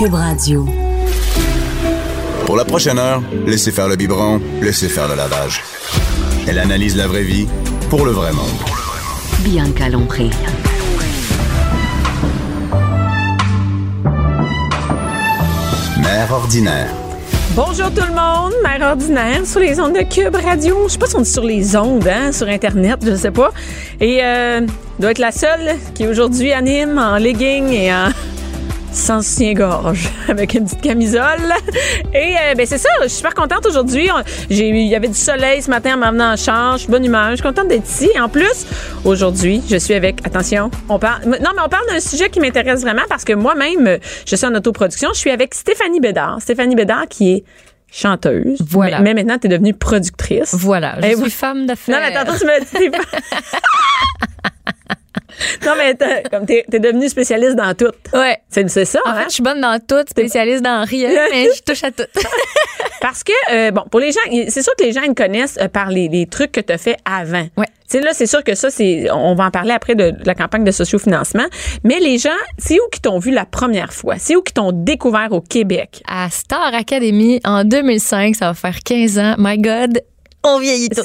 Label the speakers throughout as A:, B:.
A: Cube Radio.
B: Pour la prochaine heure, laissez faire le biberon, laissez faire le lavage. Elle analyse la vraie vie pour le vrai monde.
A: Bianca Lompré.
B: Mère ordinaire.
C: Bonjour tout le monde, Mère ordinaire sur les ondes de Cube Radio. Je sais pas si on dit sur les ondes, sur Internet, je sais pas. Et doit être la seule qui aujourd'hui anime en legging et en sans soutien-gorge, avec une petite camisole. Et c'est ça, je suis super contente aujourd'hui. Il y avait du soleil ce matin en m'amenant en charge, je suis de bonne humeur, je suis contente d'être ici. En plus, aujourd'hui, je suis avec, attention, on parle d'un sujet qui m'intéresse vraiment parce que moi-même, je suis en autoproduction. Je suis avec Stéphanie Bédard. Stéphanie Bédard qui est chanteuse.
D: Voilà.
C: Mais maintenant, tu es devenue productrice.
D: Voilà, je suis femme d'affaires.
C: Non, mais tantôt, tu m'as dit... Non, mais comme t'es devenue spécialiste dans tout.
D: Ouais.
C: C'est ça,
D: En fait, je suis bonne dans tout, spécialiste dans rien, mais je touche à tout.
C: Parce que, pour les gens, c'est sûr que les gens, ils te connaissent par les trucs que tu as fait avant.
D: Ouais.
C: Tu sais, là, c'est sûr que ça, on va en parler après de la campagne de sociofinancement. Mais les gens, c'est où qui t'ont vu la première fois? C'est où qui t'ont découvert au Québec?
D: À Star Academy, en 2005, ça va faire 15 ans. My God, on vieillit tous.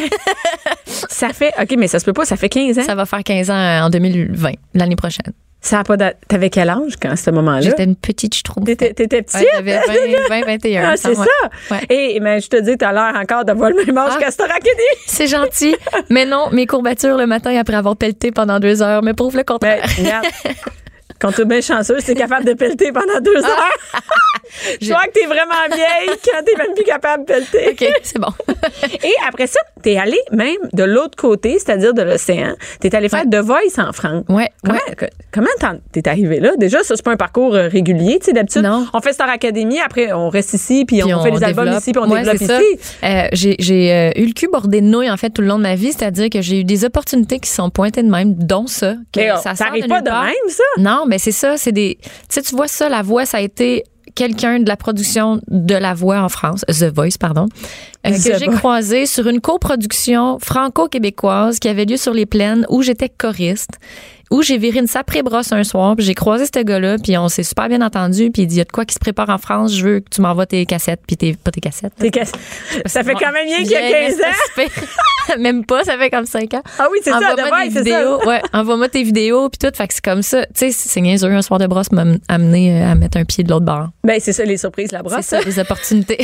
C: Ça fait, OK, mais ça se peut pas, ça fait 15 ans.
D: Ça va faire 15 ans en 2020, l'année prochaine.
C: Ça a pas T'avais quel âge quand, à ce moment-là?
D: J'étais une petite schtroumpf.
C: T'étais petite?
D: Ouais, j'avais 20, 21.
C: Ah, c'est ça.
D: Ouais.
C: Et je te dis, t'as l'air encore d'avoir le même âge qu'à Star Academy.
D: C'est gentil. Mais non, mes courbatures le matin après avoir pelleté pendant 2 heures me prouvent le contraire.
C: Regarde. Quand tu es bien chanceuse, t'es capable de pelleter pendant 2 heures. Je crois que t'es vraiment vieille quand t'es même plus capable de pelleter.
D: OK, c'est bon.
C: Et après ça, t'es allée même de l'autre côté, c'est-à-dire de l'océan. T'es allée faire The Voice en France.
D: Ouais.
C: Comment t'es arrivée là? Déjà, ça, c'est pas un parcours régulier. Tu sais, d'habitude,
D: non.
C: On fait Star Academy, après, on reste ici, puis on fait les albums ici, puis on développe ici.
D: J'ai eu le cul bordé de nouilles, en fait, tout le long de ma vie. C'est-à-dire que j'ai eu des opportunités qui sont pointées de même, dont ça.
C: Ça arrive pas de même, ça?
D: Non, mais c'est ça. C'est des. Tu sais, tu vois ça, La Voix, ça a été quelqu'un de la production de La Voix en France, The Voice, pardon, que j'ai croisé sur une coproduction franco-québécoise qui avait lieu sur les plaines où j'étais choriste, où j'ai viré une saprée brosse un soir, puis j'ai croisé ce gars-là, puis on s'est super bien entendu, puis il dit, il y a de quoi qui se prépare en France, je veux que tu m'envoies tes cassettes, puis pas tes cassettes.
C: Ça fait quand même bien qu'il y a 15 ans.
D: Même pas, ça fait comme 5 ans.
C: Ah oui, c'est
D: envoie-moi
C: ça,
D: des vidéos. Ça. Ouais, envoie-moi tes vidéos, puis tout, fait que c'est comme ça. Tu sais, c'est niaiseux, un soir de brosse m'a amené à mettre un pied de l'autre bord.
C: Ben, c'est ça, les surprises, la brosse.
D: C'est ça, les opportunités.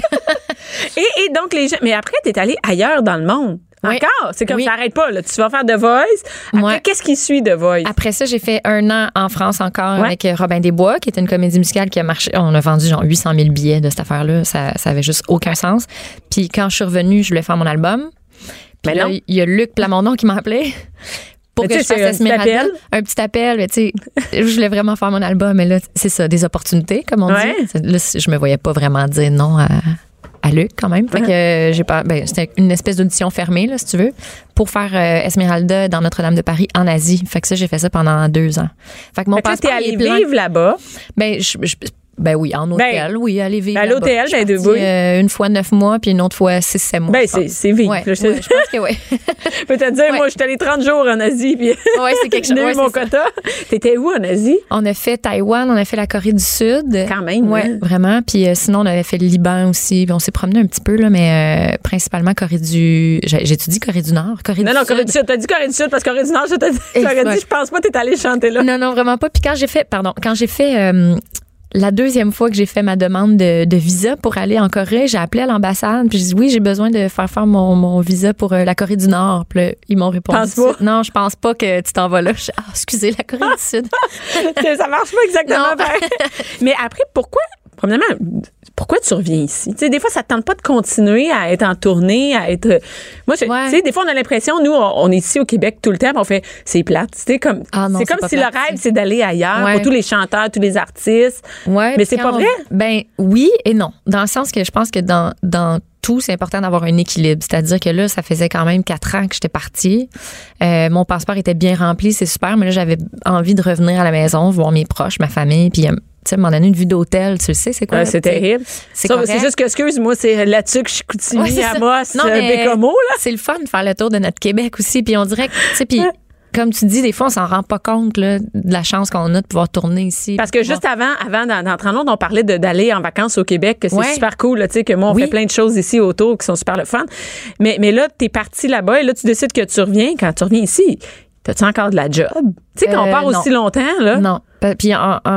C: et donc, les gens, mais après, t'es allé ailleurs dans le monde.
D: Oui.
C: Encore? C'est comme ça n'arrête pas. Là. Tu vas faire The Voice. Après, qu'est-ce qui suit The Voice?
D: Après ça, j'ai fait 1 an en France encore avec Robin des Bois, qui était une comédie musicale qui a marché. On a vendu genre 800 000 billets de cette affaire-là. Ça avait juste aucun sens. Puis quand je suis revenue, je voulais faire mon album. Puis là, il y a Luc Plamondon qui m'a appelé pour que je fasse Esmeralda. Un petit appel. Mais tu sais, je voulais vraiment faire mon album. Mais là, c'est ça, des opportunités, comme on dit. Là, je me voyais pas vraiment dire non à Luc quand même. Fait que c'était une espèce d'audition fermée, là, si tu veux, pour faire Esmeralda dans Notre-Dame de Paris en Asie. Fait que ça, j'ai fait ça pendant 2 ans. Fait que mon passeport,
C: t'es allée vivre là-bas?
D: Oui, en hôtel, aller vivre
C: à l'hôtel,
D: une fois 9 mois, puis une autre fois 6-7 mois.
C: C'est vivre.
D: Ouais, je pense que oui.
C: Peut-être dire, moi, je suis allée 30 jours en Asie, puis
D: c'est quelque chose.
C: J'ai eu mon quota. T'étais où en Asie?
D: On a fait Taïwan, on a fait la Corée du Sud.
C: Quand même.
D: Oui, vraiment. Puis sinon, on avait fait le Liban aussi. Puis on s'est promené un petit peu, là, mais principalement Corée du... J'ai-tu Corée du Nord? Corée du Sud.
C: Corée du Sud. T'as dit Corée du Sud parce que Corée du Nord, je t'ai dit, je pense pas que t'es allée chanter là.
D: Non, vraiment pas. Puis quand j'ai fait la deuxième fois que j'ai fait ma demande de visa pour aller en Corée, j'ai appelé à l'ambassade, puis j'ai dit oui, j'ai besoin de faire mon visa pour la Corée du Nord. Puis là, ils m'ont répondu. Non, je pense pas que tu t'en vas là. Excusez, la Corée du Sud.
C: Ça marche pas exactement pareil. Mais après, premièrement, pourquoi tu reviens ici? Tu sais, des fois, ça te tente pas de continuer à être en tournée, à être... Moi, tu sais, des fois, on a l'impression, nous, on est ici au Québec tout le temps, on fait, c'est plate. C'est comme,
D: non,
C: c'est comme si le rêve, c'est d'aller ailleurs pour tous les chanteurs, tous les artistes.
D: Ouais,
C: mais c'est pas vrai?
D: Ben oui et non. Dans le sens que je pense que dans tout, c'est important d'avoir un équilibre. C'est-à-dire que là, ça faisait quand même 4 ans que j'étais partie. Mon passeport était bien rempli, c'est super, mais là, j'avais envie de revenir à la maison, voir mes proches, ma famille, puis tu sais, m'en donner une vue d'hôtel, tu le sais, c'est quoi?
C: C'est terrible. C'est juste que, excuse-moi, c'est là-dessus Chicoutimi, Amos, Bécomo, là.
D: C'est le fun de faire le tour de notre Québec aussi. Puis on dirait que, tu sais, puis comme tu dis, des fois, on s'en rend pas compte là, de la chance qu'on a de pouvoir tourner ici.
C: Parce que juste avant d'entrer en Londres, on parlait d'aller en vacances au Québec, que c'est super cool, là, tu sais, que moi, on fait plein de choses ici autour qui sont super le fun. Mais là, t'es parti là-bas et là, tu décides que tu reviens. Quand tu reviens ici, t'as-tu encore de la job? Tu sais, quand on part aussi longtemps, là.
D: Non. Puis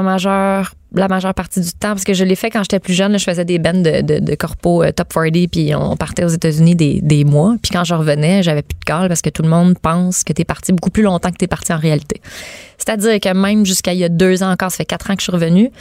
D: la majeure partie du temps, parce que je l'ai fait quand j'étais plus jeune, là, je faisais des bands de corpo top 40, puis on partait aux États-Unis des mois. Puis quand je revenais, j'avais plus de call parce que tout le monde pense que t'es parti beaucoup plus longtemps que t'es parti en réalité. C'est-à-dire que même jusqu'à il y a 2 ans encore, ça fait 4 ans que je suis revenue,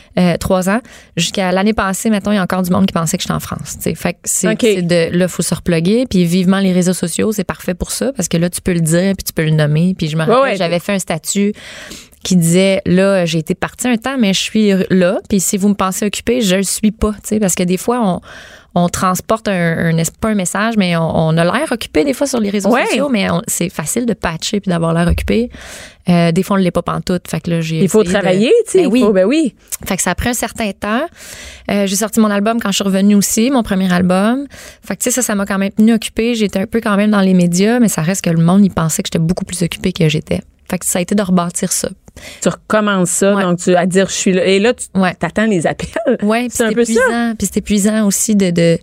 D: 3 ans, jusqu'à l'année passée, maintenant, il y a encore du monde qui pensait que j'étais en France. T'sais. Fait que c'est là, faut se reploguer, puis vivement les réseaux sociaux, c'est parfait pour ça, parce que là, tu peux le dire, puis tu peux le nommer. Puis je me rappelle, j'avais fait un statut qui disait, là, j'ai été partie un temps, mais je suis là. Puis si vous me pensez occupée, je le suis pas. Parce que des fois, on transporte pas un message, mais on a l'air occupé des fois sur les réseaux sociaux, mais c'est facile de patcher puis d'avoir l'air occupé. Des fois, on ne l'est pas pantoute. Fait que là, il
C: faut travailler, tu sais. Ben oui.
D: Fait que ça a pris un certain temps. J'ai sorti mon album quand je suis revenue aussi, mon premier album. Fait que tu sais, ça m'a quand même tenu occupée. J'étais un peu quand même dans les médias, mais ça reste que le monde, il pensait que j'étais beaucoup plus occupée que j'étais. Fait que ça a été de rebâtir ça.
C: Tu recommences ça, donc tu à dire je suis là. Et là, tu t'attends les appels.
D: Oui, c'est un peu ça. Puis c'est épuisant aussi de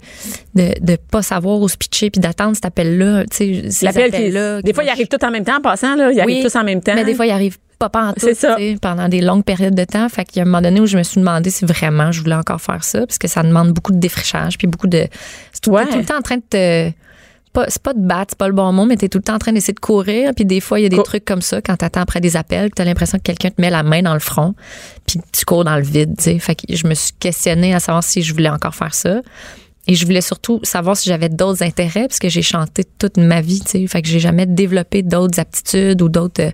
D: pas savoir où se pitcher puis d'attendre cet appel-là. Tu sais, ces appels-là.
C: Des fois, ils arrivent tous en même temps en passant, là. Ils arrivent tous en même temps.
D: Mais des fois, ils arrivent pas en tout, pendant des longues périodes de temps. Fait qu'il y a un moment donné où je me suis demandé si vraiment je voulais encore faire ça, parce que ça demande beaucoup de défrichage puis beaucoup de. T'es tout le temps en train de te. C'est pas de battre, c'est pas le bon mot, mais t'es tout le temps en train d'essayer de courir. Puis des fois, il y a des trucs comme ça quand t'attends après des appels, que t'as l'impression que quelqu'un te met la main dans le front, puis tu cours dans le vide, tu sais. Fait que je me suis questionnée à savoir si je voulais encore faire ça. Et je voulais surtout savoir si j'avais d'autres intérêts, parce que j'ai chanté toute ma vie, tu sais. Fait que j'ai jamais développé d'autres aptitudes ou d'autres.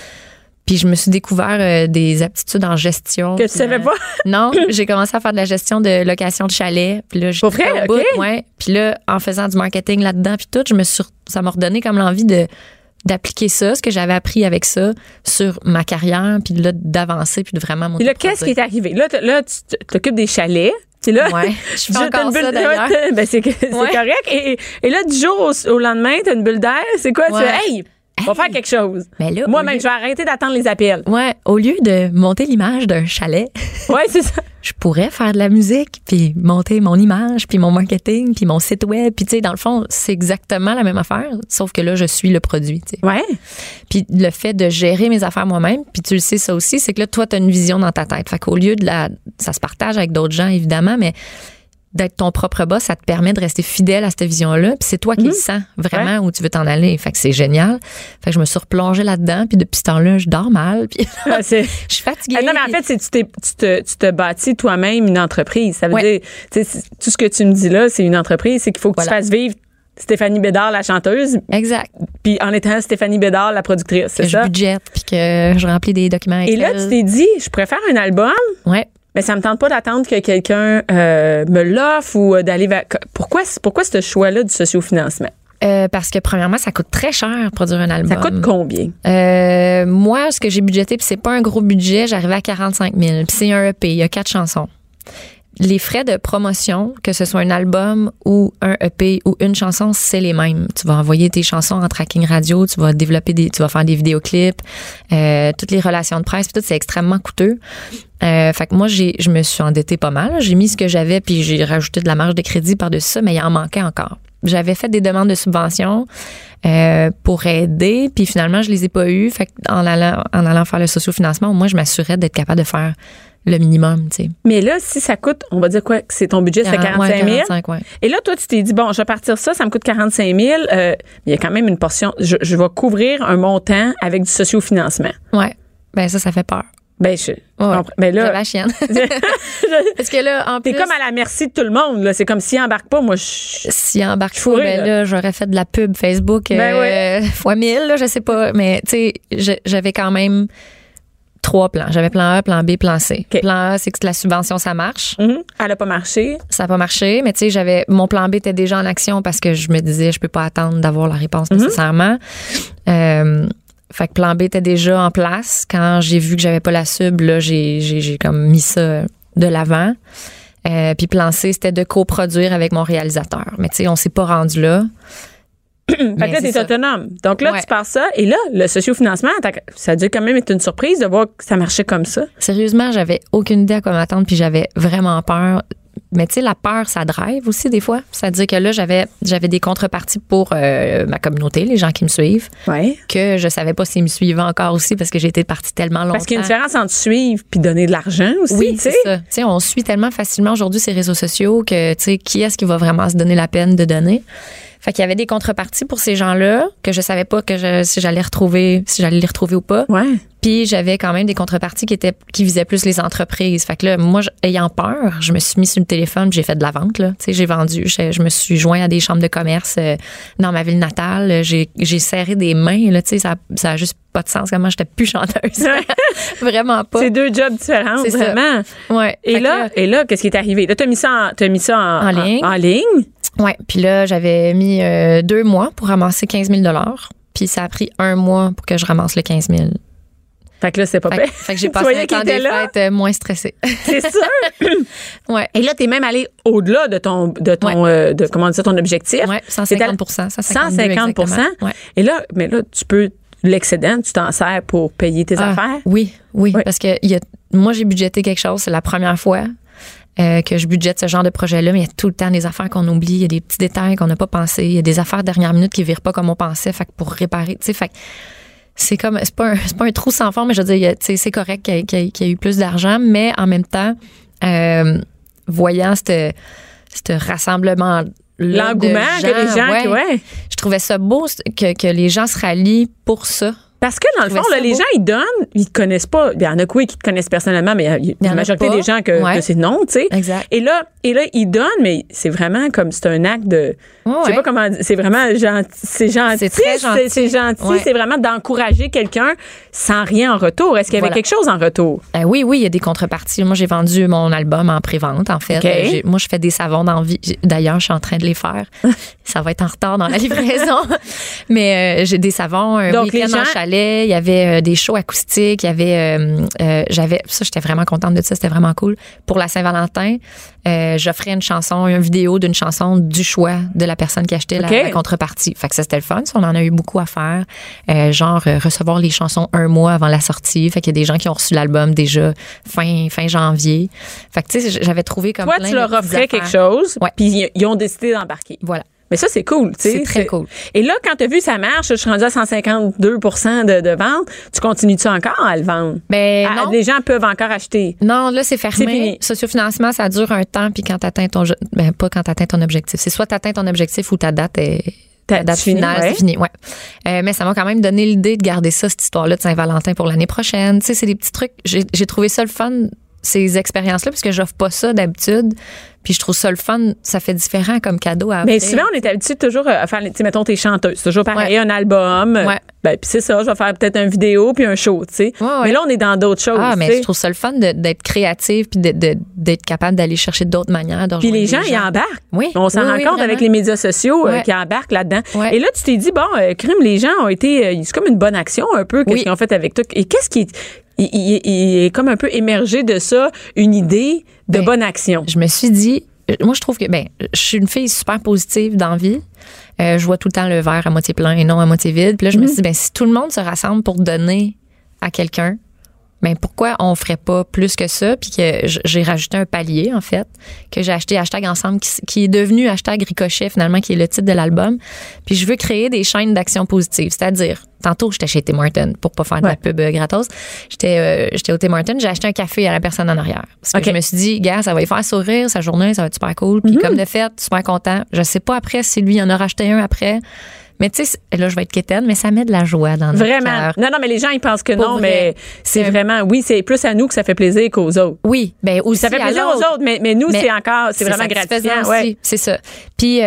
D: Puis je me suis découvert des aptitudes en gestion.
C: Que tu savais pas?
D: Non, j'ai commencé à faire de la gestion de location de chalet. Puis là,
C: pour vrai, OK.
D: Ouais. Puis là, en faisant du marketing là-dedans, puis tout, ça m'a redonné comme l'envie d'appliquer ça, ce que j'avais appris avec ça, sur ma carrière, puis là, d'avancer, puis de vraiment monter.
C: Et là, qu'est-ce qui est arrivé? Là, tu t'occupes des chalets. Puis là,
D: je fais encore ça d'ailleurs.
C: Ben, c'est correct. Et là, du jour au lendemain, t'as une bulle d'air. C'est quoi? Tu fais, hey! On va faire quelque chose.
D: Mais là,
C: moi-même, je vais arrêter d'attendre les appels.
D: Ouais, au lieu de monter l'image d'un chalet,
C: c'est ça.
D: Je pourrais faire de la musique, puis monter mon image, puis mon marketing, puis mon site web. Puis, tu sais, dans le fond, c'est exactement la même affaire, sauf que là, je suis le produit, tu sais.
C: Ouais.
D: Puis le fait de gérer mes affaires moi-même, puis tu le sais ça aussi, c'est que là, toi, tu as une vision dans ta tête. Fait qu'au lieu ça se partage avec d'autres gens, évidemment, mais d'être ton propre boss, ça te permet de rester fidèle à cette vision-là. Puis c'est toi qui le sens vraiment où tu veux t'en aller. Fait que c'est génial. Fait que je me suis replongée là-dedans. Puis depuis ce temps-là, je dors mal. Puis je suis fatiguée.
C: Non, mais en fait, tu te bâtis toi-même une entreprise. Ça veut dire, tout ce que tu me dis là, c'est une entreprise. C'est qu'il faut que tu fasses vivre Stéphanie Bédard, la chanteuse.
D: Exact.
C: Puis en étant Stéphanie Bédard, la productrice. C'est ça?
D: Je budgète, puis que je remplis des documents Excel.
C: Et là, tu t'es dit, je préfère un album.
D: Ouais.
C: Mais ça me tente pas d'attendre que quelqu'un me l'offre ou d'aller vers. Pourquoi ce choix-là du sociofinancement?
D: Parce que premièrement, ça coûte très cher produire un album.
C: Ça coûte combien?
D: Moi, ce que j'ai budgété, puis c'est pas un gros budget, j'arrivais à 45 000. Puis c'est un EP, il y a 4 chansons. Les frais de promotion, que ce soit un album ou un EP ou une chanson, c'est les mêmes. Tu vas envoyer tes chansons en tracking radio, tu vas tu vas faire des vidéoclips, toutes les relations de presse, puis tout, c'est extrêmement coûteux. Fait que moi, je me suis endettée pas mal. J'ai mis ce que j'avais, puis j'ai rajouté de la marge de crédit par-dessus ça, mais il en manquait encore. J'avais fait des demandes de subventions pour aider, puis finalement, je les ai pas eues. Fait qu'en allant faire le sociofinancement, moi, je m'assurais d'être capable de faire le minimum, tu sais.
C: Mais là, si ça coûte, on va dire quoi, que c'est ton budget, c'est 45 000.
D: 45, ouais.
C: Et là, toi, tu t'es dit, bon, je vais partir ça me coûte 45 000. Il y a quand même une portion, je vais couvrir un montant avec du sociofinancement.
D: Ouais. Ben ça fait peur.
C: Ben, ben là,
D: j'ai la chienne. Parce que là, en plus.
C: T'es comme à la merci de tout le monde, là. C'est comme s'il embarque pas, moi,
D: s'il embarque pas, ben là, j'aurais fait de la pub Facebook, fois 1000, là, je sais pas. Mais, tu sais, j'avais quand même 3 plans. J'avais plan A, plan B, plan C. Okay. Plan A, c'est que la subvention, ça marche.
C: Mm-hmm. Elle a pas marché.
D: Ça a pas marché, mais tu sais, mon plan B était déjà en action parce que je me disais, je peux pas attendre d'avoir la réponse nécessairement. Fait que plan B était déjà en place. Quand j'ai vu que j'avais pas la sub, là, j'ai comme mis ça de l'avant. Puis plan C, c'était de coproduire avec mon réalisateur. Mais tu sais, on s'est pas rendu là.
C: Fait que là, t'es autonome. Donc là, tu pars ça. Et là, le sociofinancement, ça a dû quand même être une surprise de voir que ça marchait comme ça.
D: Sérieusement, j'avais aucune idée à quoi m'attendre, puis j'avais vraiment peur. Mais tu sais, la peur, ça drive aussi des fois. C'est-à-dire que là, j'avais des contreparties pour ma communauté, les gens qui me suivent, que je savais pas s'ils me suivaient encore aussi parce que j'ai été partie tellement longtemps.
C: Parce qu'il y a une différence entre suivre puis donner de l'argent aussi.
D: Oui, c'est ça. Tu sais, on suit tellement facilement aujourd'hui ces réseaux sociaux que, tu sais, qui est-ce qui va vraiment se donner la peine de donner? Fait qu'il y avait des contreparties pour ces gens-là que je savais pas si j'allais les retrouver ou pas.
C: Ouais.
D: Puis j'avais quand même des contreparties qui visaient plus les entreprises. Fait que là, moi, ayant peur, je me suis mis sur le téléphone, j'ai fait de la vente là. Tu sais, j'ai vendu, je me suis joint à des chambres de commerce dans ma ville natale. J'ai serré des mains là. Tu sais, ça a juste pas de sens. Comment j'étais plus chanteuse. Vraiment pas.
C: C'est deux jobs différents,
D: c'est
C: vraiment.
D: Ça. Ouais.
C: Et là, qu'est-ce qui est arrivé? Là, t'as mis ça en ligne. En ligne.
D: Ouais. Puis là, j'avais mis 2 mois pour ramasser 15 000 $. Puis ça a pris 1 mois pour que je ramasse le 15 000.
C: Fait que là, c'est pas pire.
D: Fait que j'ai passé un temps des fêtes moins stressée.
C: C'est sûr.
D: Ouais.
C: Et là, t'es même allé au-delà de ton comment dire, ton objectif.
D: Ouais, 150%.
C: 150%.
D: Ouais.
C: Et là, mais là, tu peux, l'excédent, tu t'en sers pour payer tes affaires?
D: Oui. Parce que moi, j'ai budgété quelque chose, c'est la première fois que je budgète ce genre de projet-là, mais il y a tout le temps des affaires qu'on oublie, il y a des petits détails qu'on n'a pas pensé, il y a des affaires dernière minute qui virent pas comme on pensait, fait que pour réparer, tu sais, fait que c'est comme, c'est pas un trou sans fond, mais je veux dire, c'est correct qu'il y ait eu plus d'argent, mais en même temps, voyant ce rassemblement
C: l'engouement que les gens,
D: je trouvais ça beau que les gens se rallient pour ça.
C: Parce que, dans le fond, là, les gens, ils donnent, ils te connaissent pas. Il y en a qui te connaissent personnellement, mais il y a la majorité des gens que c'est non, tu sais.
D: Exact.
C: Et là, ils donnent, mais c'est vraiment comme, c'est un acte de, je sais pas comment dire, c'est vraiment gentil. C'est gentil.
D: C'est très gentil.
C: C'est gentil. Ouais. C'est vraiment d'encourager quelqu'un sans rien en retour. Est-ce qu'il y avait quelque chose en retour?
D: Oui, il y a des contreparties. Moi, j'ai vendu mon album en pré-vente, en fait.
C: Okay.
D: Moi, je fais des savons d'envie. D'ailleurs, je suis en train de les faire. Ça va être en retard dans la livraison. Mais j'ai des savons, un week-end en chalet. Il y avait des shows acoustiques. Il y avait, ça, j'étais vraiment contente de ça. C'était vraiment cool. Pour la Saint-Valentin, j'offrais une vidéo d'une chanson du choix de la personne qui achetait la contrepartie. Fait que ça, c'était le fun. On en a eu beaucoup à faire. Recevoir les chansons 1 mois avant la sortie. Fait qu'il y a des gens qui ont reçu l'album déjà fin janvier. Fait que, tu sais, j'avais trouvé comme
C: toi,
D: plein
C: tu leur offrais quelque chose, puis ils ont décidé d'embarquer.
D: Voilà.
C: Mais ça, c'est cool, tu sais.
D: C'est très cool.
C: Et là, quand tu as vu ça marche, je suis rendue à 152% de vente, tu continues-tu encore à le vendre?
D: Ben, non.
C: Les gens peuvent encore acheter.
D: Non, là, c'est fermé.
C: C'est fini.
D: Sociofinancement, ça dure un temps, puis quand tu atteins pas quand tu atteins ton objectif. C'est soit tu atteins ton objectif ou ta date est. Ta date finale, c'est fini, ouais. Mais ça m'a quand même donné l'idée de garder ça, cette histoire-là de Saint-Valentin pour l'année prochaine. Tu sais, c'est des petits trucs. J'ai trouvé ça le fun, ces expériences-là, parce que j'offre pas ça d'habitude. Puis je trouve ça le fun, ça fait différent comme cadeau à offrir.
C: Mais souvent, on est habitué toujours à faire, tu sais, mettons, t'es chanteuse. C'est toujours pareil, un album.
D: Ouais.
C: Ben, puis c'est ça, je vais faire peut-être une vidéo puis un show, tu sais.
D: Ouais.
C: Mais là, on est dans d'autres choses.
D: Mais je trouve ça le fun d'être créative puis d'être capable d'aller chercher d'autres manières de rejoindre
C: puis les gens, ils embarquent.
D: Oui.
C: On s'en rend compte
D: vraiment. Avec
C: les médias sociaux qui embarquent là-dedans.
D: Ouais.
C: Et là, tu t'es dit, crime, les gens ont été, c'est comme une bonne action un peu, qu'est-ce qu'ils ont fait avec toi. Et qu'est-ce qui il est comme un peu émergé de ça, une idée de bonne action.
D: Je me suis dit, moi, je trouve que, je suis une fille super positive dans la vie. Je vois tout le temps le verre à moitié plein et non à moitié vide. Puis là, je me suis dit, si tout le monde se rassemble pour donner à quelqu'un, pourquoi on ferait pas plus que ça? Puis que j'ai rajouté un palier, en fait, que j'ai acheté #ensemble, qui est devenu #Ricochet, finalement, qui est le titre de l'album. Puis je veux créer des chaînes d'action positive. C'est-à-dire, tantôt, j'étais chez Tim Hortons pour pas faire de la pub gratos. J'étais au Tim Hortons, j'ai acheté un café à la personne en arrière. Parce que je me suis dit, gars, ça va lui faire sourire, sa journée, ça va être super cool. Puis comme de fait, super content. Je sais pas après si lui en a racheté un après. Mais tu sais, là, je vais être quétaine, mais ça met de la joie dans notre
C: Vraiment.
D: cœur.
C: Non, mais les gens, ils pensent que
D: Pour
C: non,
D: vrai.
C: mais c'est vraiment, c'est plus à nous que ça fait plaisir qu'aux autres.
D: Oui, aussi
C: ça fait plaisir aux autres, mais nous, c'est vraiment gratifiant.
D: Ouais. C'est ça. Puis,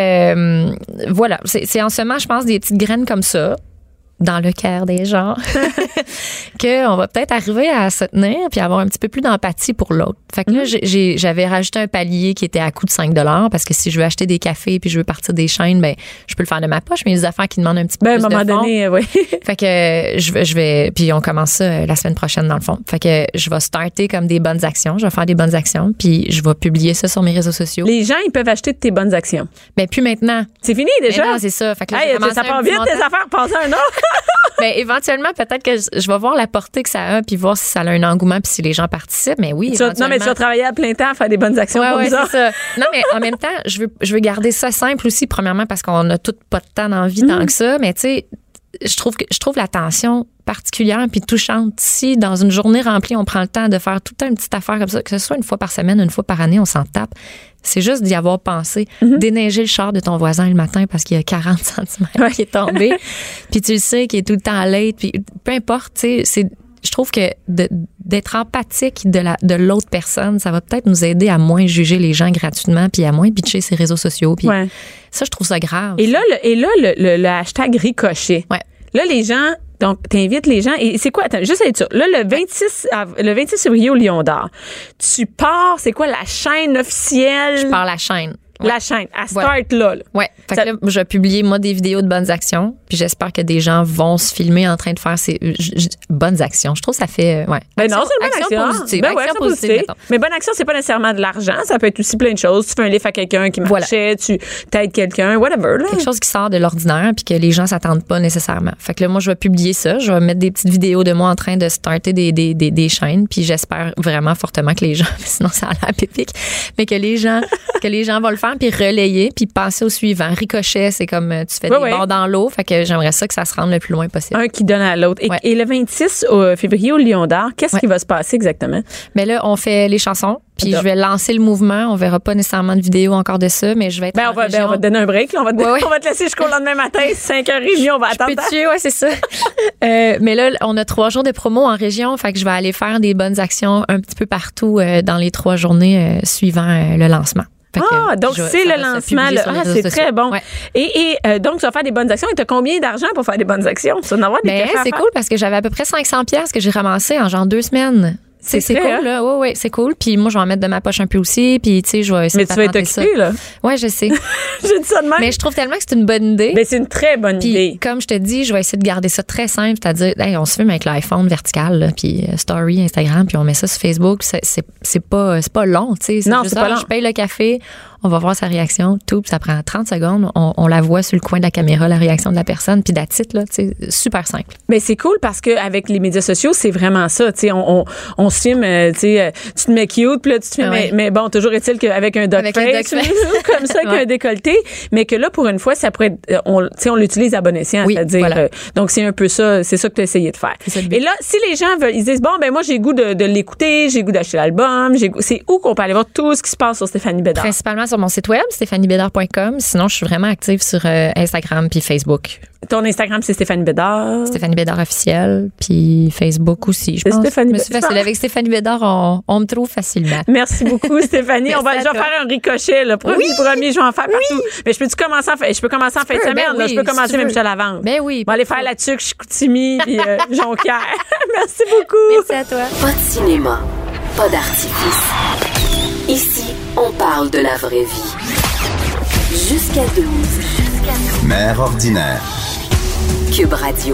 D: voilà, c'est en semant, je pense, des petites graines comme ça dans le cœur des gens qu'on va peut-être arriver à se tenir puis avoir un petit peu plus d'empathie pour l'autre. Fait que là, j'avais rajouté un palier qui était à coût de 5 $, parce que si je veux acheter des cafés puis je veux partir des chaînes, ben je peux le faire de ma poche, mais les affaires qui demandent un petit peu plus de fonds.
C: À un moment donné, oui.
D: Fait que je vais puis on commence ça la semaine prochaine dans le fond. Fait que je vais starter comme des bonnes actions, je vais faire des bonnes actions puis je vais publier ça sur mes réseaux sociaux.
C: Les gens, ils peuvent acheter de tes bonnes actions.
D: Ben puis maintenant.
C: C'est fini déjà.
D: Mais non, c'est ça. Fait que là,
C: ça part vite tes affaires, passer un autre.
D: Ben éventuellement peut-être que je vais voir la portée que ça a puis voir si ça a un engouement puis si les gens participent. Mais oui.
C: Non, mais tu vas travailler à plein temps à faire des bonnes actions pour nous autres.
D: C'est ça. Non, mais en même temps, je veux garder ça simple aussi. Premièrement parce qu'on a tout pas de temps dans la vie tant que ça. Mais tu sais, je trouve l'attention particulière puis touchante. Si dans une journée remplie, on prend le temps de faire toute une petite affaire comme ça, que ce soit une fois par semaine, une fois par année, on s'en tape. C'est juste d'y avoir pensé. Déneiger le char de ton voisin le matin parce qu'il y a 40 cm qui est tombé. Puis tu le sais qu'il est tout le temps late. Puis peu importe, tu sais, je trouve que d'être empathique de l'autre personne, ça va peut-être nous aider à moins juger les gens gratuitement puis à moins pitcher ses réseaux sociaux. Puis ça, je trouve ça grave.
C: Et là, le hashtag ricochet.
D: Ouais.
C: Là, les gens... Donc, t'invites les gens. Et c'est quoi? Attends, juste à être sûr. Là, le 26 février au Lion d'Or, tu pars, c'est quoi la chaîne officielle?
D: Je pars la chaîne. Ouais.
C: La chaîne. Elle start là.
D: Ouais. Fait que là, je vais publier, moi, des vidéos de bonnes actions. Puis j'espère que des gens vont se filmer en train de faire ces bonnes actions. Je trouve que ça fait,
C: Ben non, c'est une bonne action.
D: Positive.
C: Ben
D: action
C: positive. Mais bonne action, c'est pas nécessairement de l'argent. Ça peut être aussi plein de choses. Tu fais un livre à quelqu'un qui marchait, tu t'aides quelqu'un, whatever, là.
D: Quelque chose qui sort de l'ordinaire puis que les gens s'attendent pas nécessairement. Fait que là, moi, je vais publier ça. Je vais mettre des petites vidéos de moi en train de starter des chaînes. Puis j'espère vraiment fortement que les gens, sinon ça a l'air pépique, mais que les gens vont le faire puis relayer puis passer au suivant. Ricochet, c'est comme tu fais des bords dans l'eau. Fait que j'aimerais ça que ça se rende le plus loin possible.
C: Un qui donne à l'autre. Et le 26 février au Lion d'Or, qu'est-ce qui va se passer exactement?
D: Mais là, on fait les chansons. Puis je vais lancer le mouvement. On verra pas nécessairement de vidéo encore de ça, mais je vais être
C: on va te donner un break. Là. On va te laisser jusqu'au lendemain matin, 5h30, on va attendre.
D: C'est ça. Mais là, on a 3 jours de promo en région. Fait que je vais aller faire des bonnes actions un petit peu partout dans les 3 journées suivant le lancement.
C: Donc c'est le lancement. C'est très bon. Ouais. Et donc, tu vas faire des bonnes actions. Et tu as combien d'argent pour faire des bonnes actions? Ça,
D: c'est cool parce que j'avais à peu près 500$ que j'ai ramassé en genre 2 semaines. C'est cool, là. Oui, c'est cool. Puis moi, je vais en mettre de ma poche un peu aussi. Puis, tu sais, je vais essayer de patenter ça.
C: Mais tu vas être occupée, là.
D: Oui, je sais.
C: J'ai dit ça de même.
D: Mais je trouve tellement que c'est une bonne idée.
C: Mais c'est une très bonne idée.
D: Puis, comme je te dis, je vais essayer de garder ça très simple. C'est-à-dire, on se filme avec l'iPhone vertical, là, puis Story, Instagram, puis on met ça sur Facebook. C'est pas long, tu sais.
C: Non, c'est pas long.
D: Je paye le café, on va voir sa réaction, tout, puis ça prend 30 secondes. On la voit sur le coin de la caméra, la réaction de la personne, puis that's it, là, tu sais, super simple.
C: Mais c'est cool parce qu'avec les médias sociaux, c'est vraiment ça. Tu sais, on se filme, tu sais, tu te mets cute, puis là, tu te filmes. Mais bon, toujours est-il qu'avec un duck face, comme ça, avec un décolleté, mais que là, pour une fois, ça pourrait être, on l'utilise à bon escient, c'est-à-dire. Voilà. Donc, c'est un peu ça, c'est ça que tu as essayé de faire. Et là, si les gens veulent, ils disent, bon, ben moi, j'ai goût de l'écouter, j'ai goût d'acheter l'album, c'est où qu'on peut aller voir tout ce qui se passe sur Stéphanie Bédard?
D: Principalement sur mon site web, stéphaniebédard.com. Sinon, je suis vraiment active sur Instagram puis Facebook.
C: Ton Instagram, c'est Stéphanie Bédard.
D: Stéphanie Bédard officielle, puis Facebook aussi, je pense.
C: Stéphanie
D: Bédard. C'est facile. Avec Stéphanie Bédard, on me trouve facilement.
C: Merci beaucoup, Stéphanie. Je vais faire un ricochet, le premier, je vais en faire partout. Mais je peux commencer en fin de semaine? Je peux commencer même Michel Lavande.
D: Ben oui.
C: On va aller faire la tuque, Chicoutimi, puis Jonquière. Merci beaucoup.
D: Merci à toi.
A: Pas de cinéma, pas d'artifice. Ici, on parle de la vraie vie. Jusqu'à 12.
B: Mère ordinaire.
A: Cube Radio.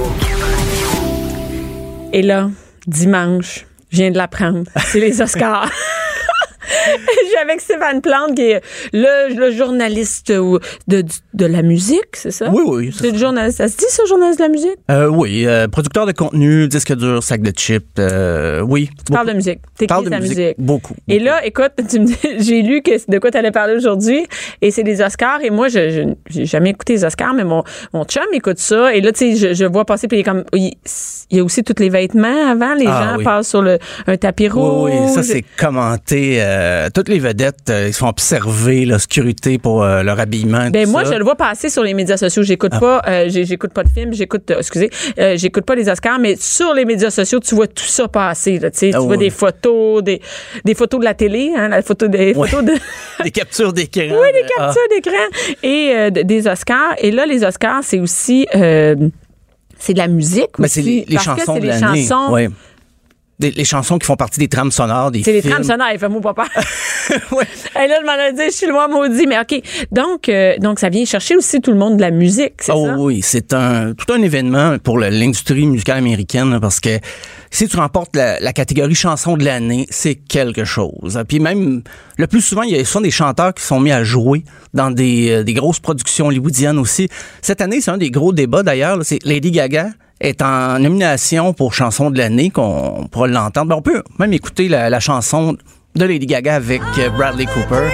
C: Et là, dimanche, je viens de l'apprendre, c'est les Oscars. Je suis avec Stéphane Plante, qui est le journaliste de la musique, c'est ça?
E: Oui.
C: C'est le journaliste. Ça se dit, ça, journaliste de la musique?
E: Oui. Producteur de contenu, disque dur, sac de chips. Oui.
C: Tu parles de musique. T'écris la musique.
E: Beaucoup.
C: Et là, écoute, j'ai lu de quoi tu allais parler aujourd'hui, et c'est les Oscars, et moi, j'ai jamais écouté les Oscars, mais mon chum écoute ça, et là, tu sais, je vois passer, puis il y a aussi tous les vêtements avant, les gens passent sur un tapis rouge.
E: Oui, ça, c'est commenté. Toutes les vedettes, ils se font observer l'obscurité pour leur habillement.
C: Ben moi, je le vois passer sur les médias sociaux. J'écoute pas de films, j'écoute pas les Oscars, mais sur les médias sociaux, tu vois tout ça passer. Là, tu vois des photos, des photos de la télé, photos de
E: des captures d'écran.
C: Oui, des captures d'écran et des Oscars. Et là, les Oscars, c'est aussi C'est de la musique aussi.
E: Ben, c'est les
C: parce
E: chansons
C: que
E: de
C: c'est
E: l'année.
C: les chansons.
E: Ouais. Les chansons qui font partie des trames sonores des
C: C'est
E: films.
C: les trames sonores, fais-moi pas peur.
E: Ouais.
C: Et là, je m'en ai dit, je suis loin maudit. Mais OK. Donc, ça vient chercher aussi tout le monde de la musique, c'est ça?
E: Oui, c'est tout un événement pour l'industrie musicale américaine, là, parce que si tu remportes la catégorie chanson de l'année, c'est quelque chose. Puis même, le plus souvent, il y a souvent des chanteurs qui sont mis à jouer dans des grosses productions hollywoodiennes aussi. Cette année, c'est un des gros débats d'ailleurs, là, c'est Lady Gaga est en nomination pour chanson de l'année, qu'on pourra l'entendre. Ben, on peut même écouter la chanson de Lady Gaga avec Bradley Cooper.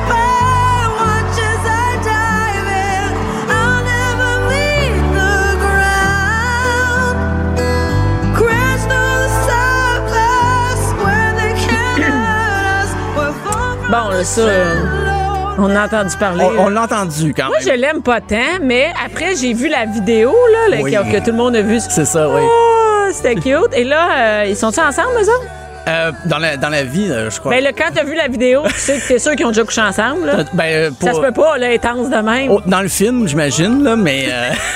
C: Bon, là, ça, on a entendu parler.
E: On l'a entendu quand
C: Moi,
E: même.
C: je l'aime pas tant, mais après, j'ai vu la vidéo là,
E: Oui.
C: que tout le monde a vue.
E: C'est ça, oui.
C: Oh, c'était cute. Et là, ils sont-ils ensemble, eux autres?
E: Dans la vie, je crois.
C: Ben là, quand t'as vu la vidéo, tu sais que t'es sûr qu'ils ont déjà couché ensemble. Là. Ça se peut pas, là, intense de même.
E: Dans le film, j'imagine, là, mais...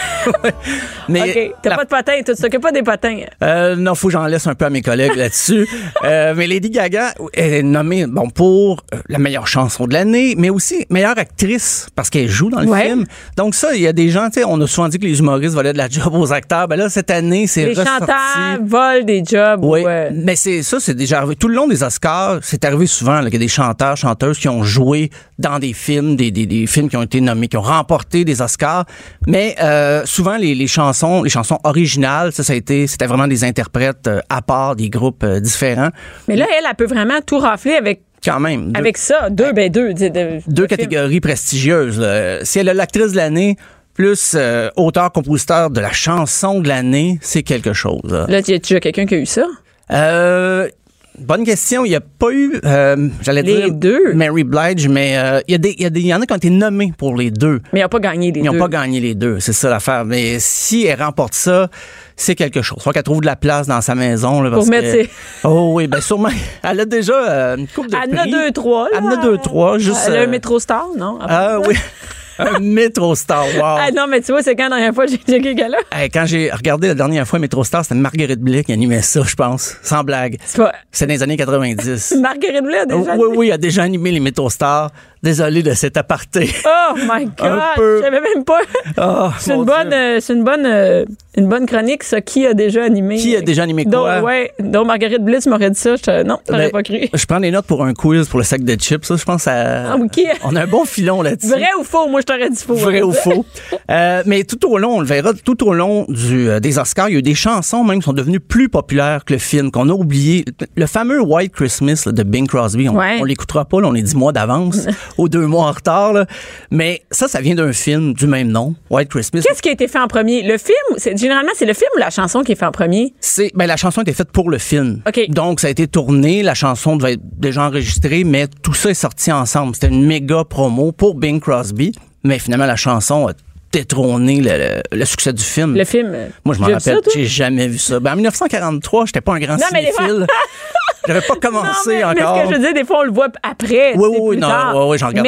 E: mais
C: OK, t'as pas de potins, tu t'occupes pas des potins.
E: non, faut que j'en laisse un peu à mes collègues là-dessus. Mais Lady Gaga est nommée pour la meilleure chanson de l'année, mais aussi meilleure actrice, parce qu'elle joue dans le film. Donc ça, il y a des gens, tu sais, on a souvent dit que les humoristes volaient de la job aux acteurs. Ben là, cette année, c'est
C: les
E: ressorti.
C: chanteurs volent des jobs.
E: Oui, mais c'est déjà arrivé. Tout le long des Oscars, c'est arrivé souvent là, qu'il y a des chanteurs, chanteuses qui ont joué dans des films, des films qui ont été nommés, qui ont remporté des Oscars. Mais souvent, les chansons originales, c'était vraiment des interprètes à part, des groupes différents.
C: Mais là, elle peut vraiment tout rafler avec
E: quand même.
C: Avec ça, deux
E: catégories prestigieuses. Là. Si elle a l'actrice de l'année, plus auteur-compositeur de la chanson de l'année, c'est quelque chose.
C: Là, tu as quelqu'un qui a eu ça?
E: Bonne question. Il n'y a pas eu, j'allais
C: les
E: dire,
C: deux.
E: Mary Blige, mais il y en a qui ont été nommés pour les deux.
C: Mais ils n'ont pas gagné les deux.
E: Ils n'ont pas gagné les deux, c'est ça l'affaire. Mais si elle remporte ça, c'est quelque chose. Soit qu'elle trouve de la place dans sa maison. Là, parce
C: pour mettre ses...
E: Oh oui, bien sûrement. Elle a déjà une couple de prix.
C: Elle en a 2-3.
E: Elle en a 2-3. Juste,
C: elle a un Métro Star, non?
E: Ah oui. Un Métro Star, wow.
C: Ah non, mais tu vois, c'est quand la dernière fois j'ai checké gars-là?
E: Quand j'ai regardé la dernière fois Métro Star, c'était Marguerite Blais qui animait ça, je pense. Sans blague. C'est dans les années 90.
C: Marguerite Blais a déjà
E: animé? Oui, elle a déjà animé les Métro Stars. Désolé de cet aparté.
C: Oh my God! Je savais même pas.
E: Oh,
C: c'est une bonne chronique, ça. Qui a déjà animé?
E: Qui a déjà animé quoi?
C: Donc Marguerite Blais, tu m'aurais dit ça. Non, t'aurais pas cru.
E: Je prends des notes pour un quiz pour le sac de chips. Ça, je pense on a un bon filon là-dessus.
C: Vrai ou faux? Moi, je t'aurais dit faux.
E: Vrai ou faux. Mais tout au long, on le verra, tout au long des Oscars, il y a eu des chansons même qui sont devenues plus populaires que le film, qu'on a oublié. Le fameux White Christmas là, de Bing Crosby, on l'écoutera pas, là, on est 10 mois d'avance. Aux 2 mois en retard, là. Mais ça vient d'un film du même nom, White Christmas.
C: Qu'est-ce qui a été fait en premier? Le film? Généralement, c'est le film ou la chanson qui est fait en premier?
E: La chanson a été faite pour le film.
C: Okay.
E: Donc, ça a été tourné, la chanson devait être déjà enregistrée, mais tout ça est sorti ensemble. C'était une méga promo pour Bing Crosby, mais finalement, la chanson a détrôné le succès du film.
C: Le film?
E: Moi, je m'en rappelle, j'ai jamais vu ça. En 1943, j'étais pas un grand cinéphile. J'avais pas commencé encore.
C: Mais ce que je veux dire, des fois, on le voit après.
E: Oui, j'en regarde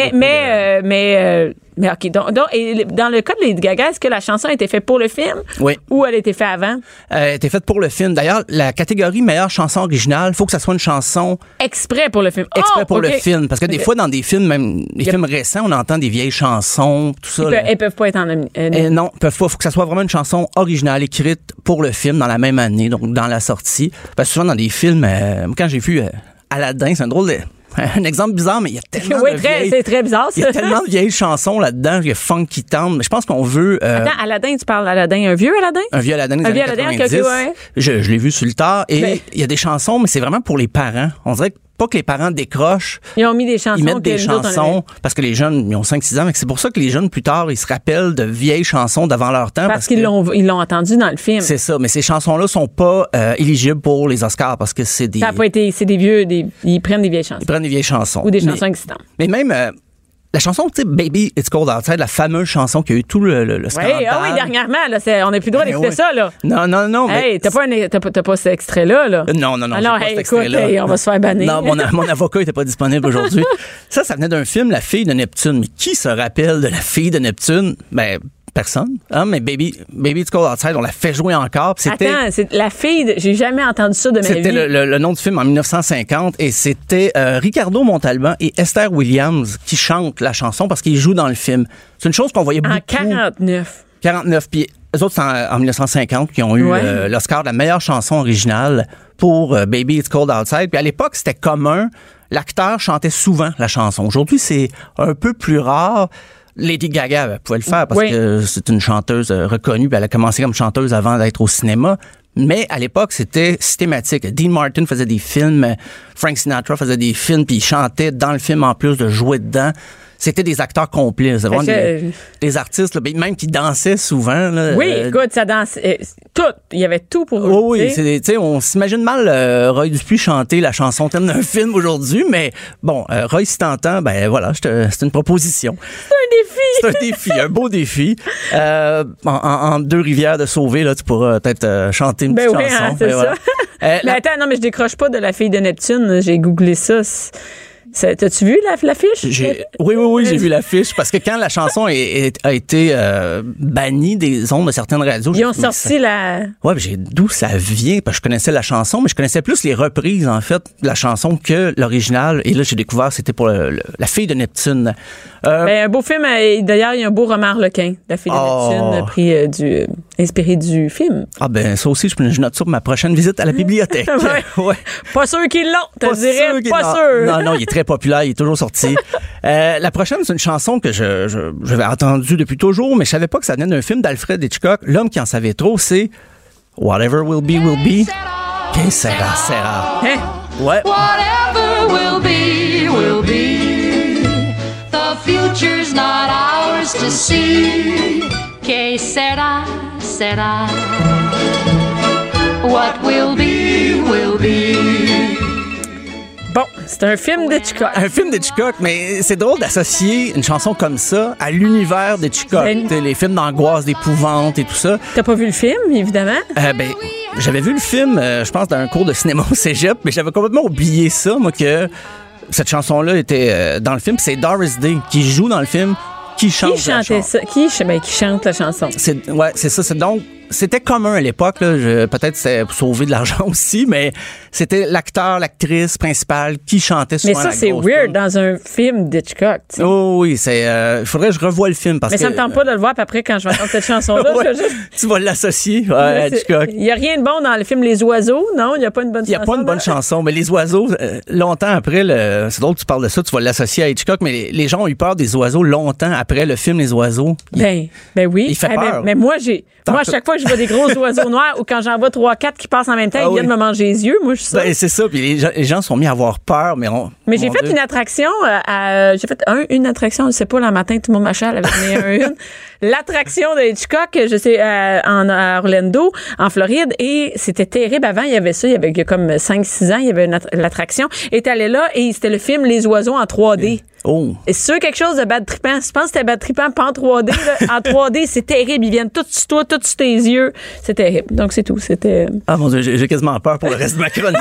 C: Mais OK. Donc, et dans le cas de Lady Gaga, est-ce que la chanson a été faite pour le film?
E: Oui.
C: Ou elle a été faite avant?
E: Elle a été faite pour le film. D'ailleurs, la catégorie meilleure chanson originale, il faut que ça soit une chanson...
C: Exprès pour le film.
E: Exprès pour le film. Parce que des fois, dans des films, même les films récents, on entend des vieilles chansons, tout ça.
C: Elles peuvent pas être en...
E: non, ils peuvent pas. Il faut que ça soit vraiment une chanson originale, écrite pour le film dans la même année, donc dans la sortie. Parce que souvent, dans des films, quand j'ai vu Aladdin, c'est un drôle de... Un exemple bizarre, mais il y a tellement de vieilles...
C: c'est très bizarre, ça.
E: Il y a tellement de vieilles chansons là-dedans, il y a funky tendre, mais je pense qu'on veut...
C: Attends, Aladdin, tu parles d'Aladdin, un vieux Aladdin?
E: Un vieux Aladdin des années 90.
C: Ouais.
E: Je l'ai vu sur le tard, et il y a des chansons, mais c'est vraiment pour les parents. On dirait que pas que les parents décrochent.
C: Ils ont mis des chansons.
E: Ils mettent des chansons parce que les jeunes, ils ont 5-6 ans. C'est pour ça que les jeunes, plus tard, ils se rappellent de vieilles chansons d'avant leur temps.
C: Parce qu'ils l'ont entendu dans le film.
E: C'est ça. Mais ces chansons-là sont pas éligibles pour les Oscars parce que c'est des...
C: Ça n'a pas été... C'est des vieux... Ils prennent des vieilles chansons.
E: Ils prennent des vieilles chansons.
C: Ou des chansons existantes.
E: Mais même... la chanson, tu sais, Baby It's Cold Outside, la fameuse chanson qui a eu tout le scandale.
C: Oui, dernièrement, là, on n'a plus le droit d'écouter ça, là.
E: Non.
C: Hey, t'as pas cet extrait-là, là?
E: Non.
C: Alors,
E: j'ai pas cet extrait-là.
C: On va se faire bannir.
E: Non, mon avocat n'était pas disponible aujourd'hui. Ça venait d'un film, La fille de Neptune. Mais qui se rappelle de La fille de Neptune? Personne. Ah, mais Baby It's Cold Outside, on l'a fait jouer encore.
C: Attends, c'est la fille, j'ai jamais entendu ça de ma vie.
E: C'était le nom du film en 1950 et c'était Ricardo Montalban et Esther Williams qui chantent la chanson parce qu'ils jouent dans le film. C'est une chose qu'on voyait beaucoup.
C: En 49.
E: 49. Puis eux autres, c'est en 1950 qui ont eu l'Oscar de la meilleure chanson originale pour Baby It's Cold Outside. Puis à l'époque, c'était commun. L'acteur chantait souvent la chanson. Aujourd'hui, c'est un peu plus rare. Lady Gaga elle pouvait le faire parce que c'est une chanteuse reconnue. Elle a commencé comme chanteuse avant d'être au cinéma. Mais à l'époque, c'était systématique. Dean Martin faisait des films, Frank Sinatra faisait des films, puis il chantait dans le film en plus de jouer dedans. C'était des acteurs complices. Des artistes, là, même qui dansaient souvent. Là,
C: écoute, ça dansait. Tout. Il y avait tout pour eux.
E: Oui, on s'imagine mal Roy Dupuis chanter la chanson thème d'un film aujourd'hui, mais bon, Roy, si t'entends, ben voilà, c'est une proposition. C'est un défi, un beau défi. En Deux-Rivières de Sauvé, là, tu pourras peut-être chanter une petite chanson.
C: Hein, c'est ça.
E: Voilà.
C: Mais attends, non, mais je décroche pas de La fille de Neptune. J'ai googlé ça. T'as-tu vu l'affiche?
E: Oui, j'ai vu l'affiche parce que quand la chanson a été bannie des ondes de certaines radios...
C: Ils ont sorti la...
E: Oui, d'où ça vient, parce que je connaissais la chanson, mais je connaissais plus les reprises, en fait, de la chanson que l'original. Et là, j'ai découvert c'était pour La fille de Neptune.
C: Un beau film, d'ailleurs, il y a un beau Romain Arlequin, La fille de Neptune, inspiré du film.
E: Ah ben ça aussi, je note ça pour ma prochaine visite à la bibliothèque.
C: Ouais. Pas sûr qu'ils l'ont, te dirais, pas sûr.
E: Non, il est très populaire, il est toujours sorti. La prochaine, c'est une chanson que j'avais entendue depuis toujours, mais je savais pas que ça venait d'un film d'Alfred Hitchcock. L'homme qui en savait trop, c'est Whatever Will Be, Will Be. Que sera.
C: Hein?
E: Ouais.
F: Whatever will be. The future's not ours to see. Que sera. What will be, will be.
C: Bon, c'est un film d'Hitchcock.
E: Un film d'Hitchcock, mais c'est drôle d'associer une chanson comme ça à l'univers d'Hitchcock. Les films d'angoisse, d'épouvante et tout ça.
C: T'as pas vu le film, évidemment?
E: J'avais vu le film, je pense, dans un cours de cinéma au cégep, mais j'avais complètement oublié ça, moi, que cette chanson-là était dans le film. C'est Doris Day qui joue dans le film, qui chante la chanson.
C: Qui chante la chanson?
E: C'est ça. C'était commun à l'époque, là. Peut-être c'était pour sauver de l'argent aussi, mais c'était l'acteur, l'actrice principale qui chantait souvent la grosse.
C: Mais ça, c'est weird dans un film d'Hitchcock. T'sais.
E: Oh oui, il faudrait que je revoie le film.
C: Mais ça me tente pas de le voir, puis après, quand je vais entendre cette chanson-là,
E: tu vas l'associer à Hitchcock.
C: Il n'y a rien de bon dans le film Les Oiseaux, non? Il n'y a pas une bonne chanson.
E: Il n'y a pas une bonne chanson, mais Les Oiseaux, longtemps après, c'est drôle que tu parles de ça, tu vas l'associer à Hitchcock, mais les gens ont eu peur des oiseaux longtemps après le film Les Oiseaux.
C: Ben oui.
E: Il fait peur.
C: Mais moi, à chaque fois que je vois des gros oiseaux noirs ou quand j'en vois 3-4 qui passent en même temps, ils viennent me manger les yeux. Moi, je suis ça.
E: C'est ça. Puis les gens sont mis à avoir peur. Mais
C: j'ai fait une attraction. J'ai fait une attraction, je sais pas, le matin, tout le monde m'achale avec une. L'attraction de Hitchcock, je sais, à Orlando, en Floride. Et c'était terrible. Avant, il y avait ça. Il y a comme 5-6 ans, il y avait l'attraction. Et t'allais là et c'était le film Les Oiseaux en 3D.
E: Oh.
C: Et c'est sûr quelque chose de bad trippant. Je pense que c'était bad trippant, pas en 3D. Là. En 3D, c'est terrible. Ils viennent tous sur toi, tous sur tes yeux. C'est terrible. Donc, c'est tout. C'était...
E: Ah mon Dieu, j'ai quasiment peur pour le reste de ma chronique.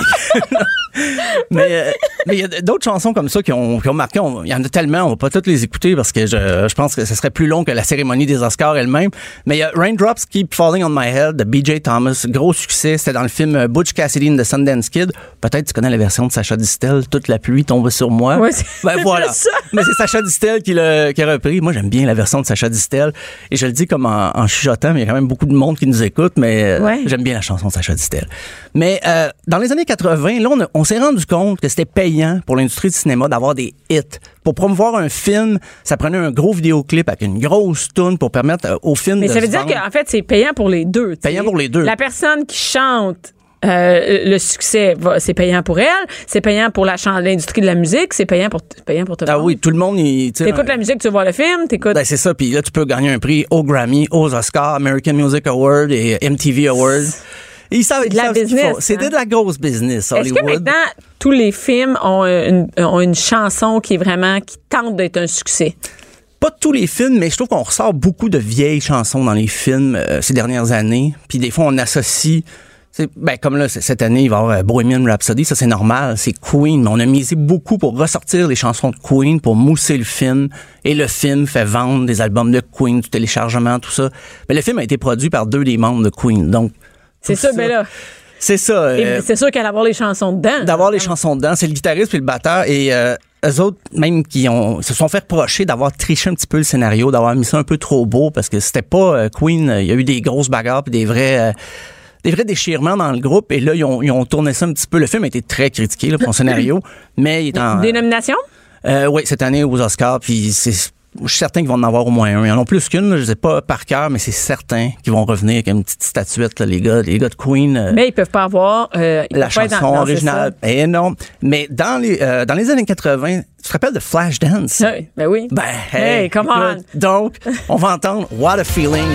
E: Mais il y a d'autres chansons comme ça qui ont marqué. Il y en a tellement, on va pas toutes les écouter parce que je pense que ce serait plus long que la cérémonie des Oscars elle-même. Mais il y a Raindrops Keep Falling on My Head de B.J. Thomas. Gros succès. C'était dans le film Butch Cassidy and the Sundance Kid. Peut-être tu connais la version de Sacha Distel, Toute la pluie tombe sur moi.
C: Ouais,
E: voilà. Mais c'est Sacha Distel qui a repris. Moi, j'aime bien la version de Sacha Distel. Et je le dis comme en chuchotant, mais il y a quand même beaucoup de monde qui nous écoute, mais j'aime bien la chanson de Sacha Distel. Mais dans les années 80, là, on s'est rendu compte que c'était payant pour l'industrie du cinéma d'avoir des hits. Pour promouvoir un film, ça prenait un gros vidéoclip avec une grosse toune pour permettre au film de se vendre.
C: Mais ça veut dire qu'en fait, c'est payant pour les deux.
E: Payant pour les deux.
C: La personne qui chante le succès, c'est payant pour elle, c'est payant pour l'industrie de la musique, c'est payant pour tout le monde.
E: Ah oui, tout le monde...
C: T'écoutes la musique, tu vas voir le film, t'écoutes...
E: Ben c'est ça, puis là, tu peux gagner un prix aux Grammy, aux Oscars, American Music Awards et MTV Awards.
C: C'est de la business.
E: C'était de la grosse business, Hollywood.
C: Est-ce que maintenant, tous les films ont une chanson qui tente d'être un succès?
E: Pas tous les films, mais je trouve qu'on ressort beaucoup de vieilles chansons dans les films ces dernières années. Puis des fois, on associe Comme là, cette année, il va y avoir Bohemian Rhapsody, ça c'est normal, c'est Queen, mais on a misé beaucoup pour ressortir les chansons de Queen, pour mousser le film, et le film fait vendre des albums de Queen, du téléchargement, tout ça. Mais le film a été produit par 2 des membres de Queen, donc...
C: C'est ça, ben là...
E: C'est ça.
C: Et c'est sûr qu'elle va avoir les chansons dedans.
E: D'avoir les chansons dedans, c'est le guitariste puis le batteur, et eux autres, même, se sont fait reprocher d'avoir triché un petit peu le scénario, d'avoir mis ça un peu trop beau, parce que c'était pas Queen, il y a eu des grosses bagarres puis des vrais déchirements dans le groupe, et là, ils ont tourné ça un petit peu. Le film a été très critiqué là, pour son scénario, mais il est en...
C: Des nominations?
E: Oui, cette année aux Oscars, puis je suis certain qu'ils vont en avoir au moins un. Ils en ont plus qu'une, là, je ne sais pas par cœur, mais c'est certain qu'ils vont revenir avec une petite statuette, là, les gars de Queen.
C: Mais ils peuvent pas avoir
E: la chanson originale. Eh non. Mais dans les années 80, tu te rappelles de Flashdance?
C: Oui, ben oui.
E: Ben,
C: hey, come on.
E: Donc, on va entendre What a Feeling.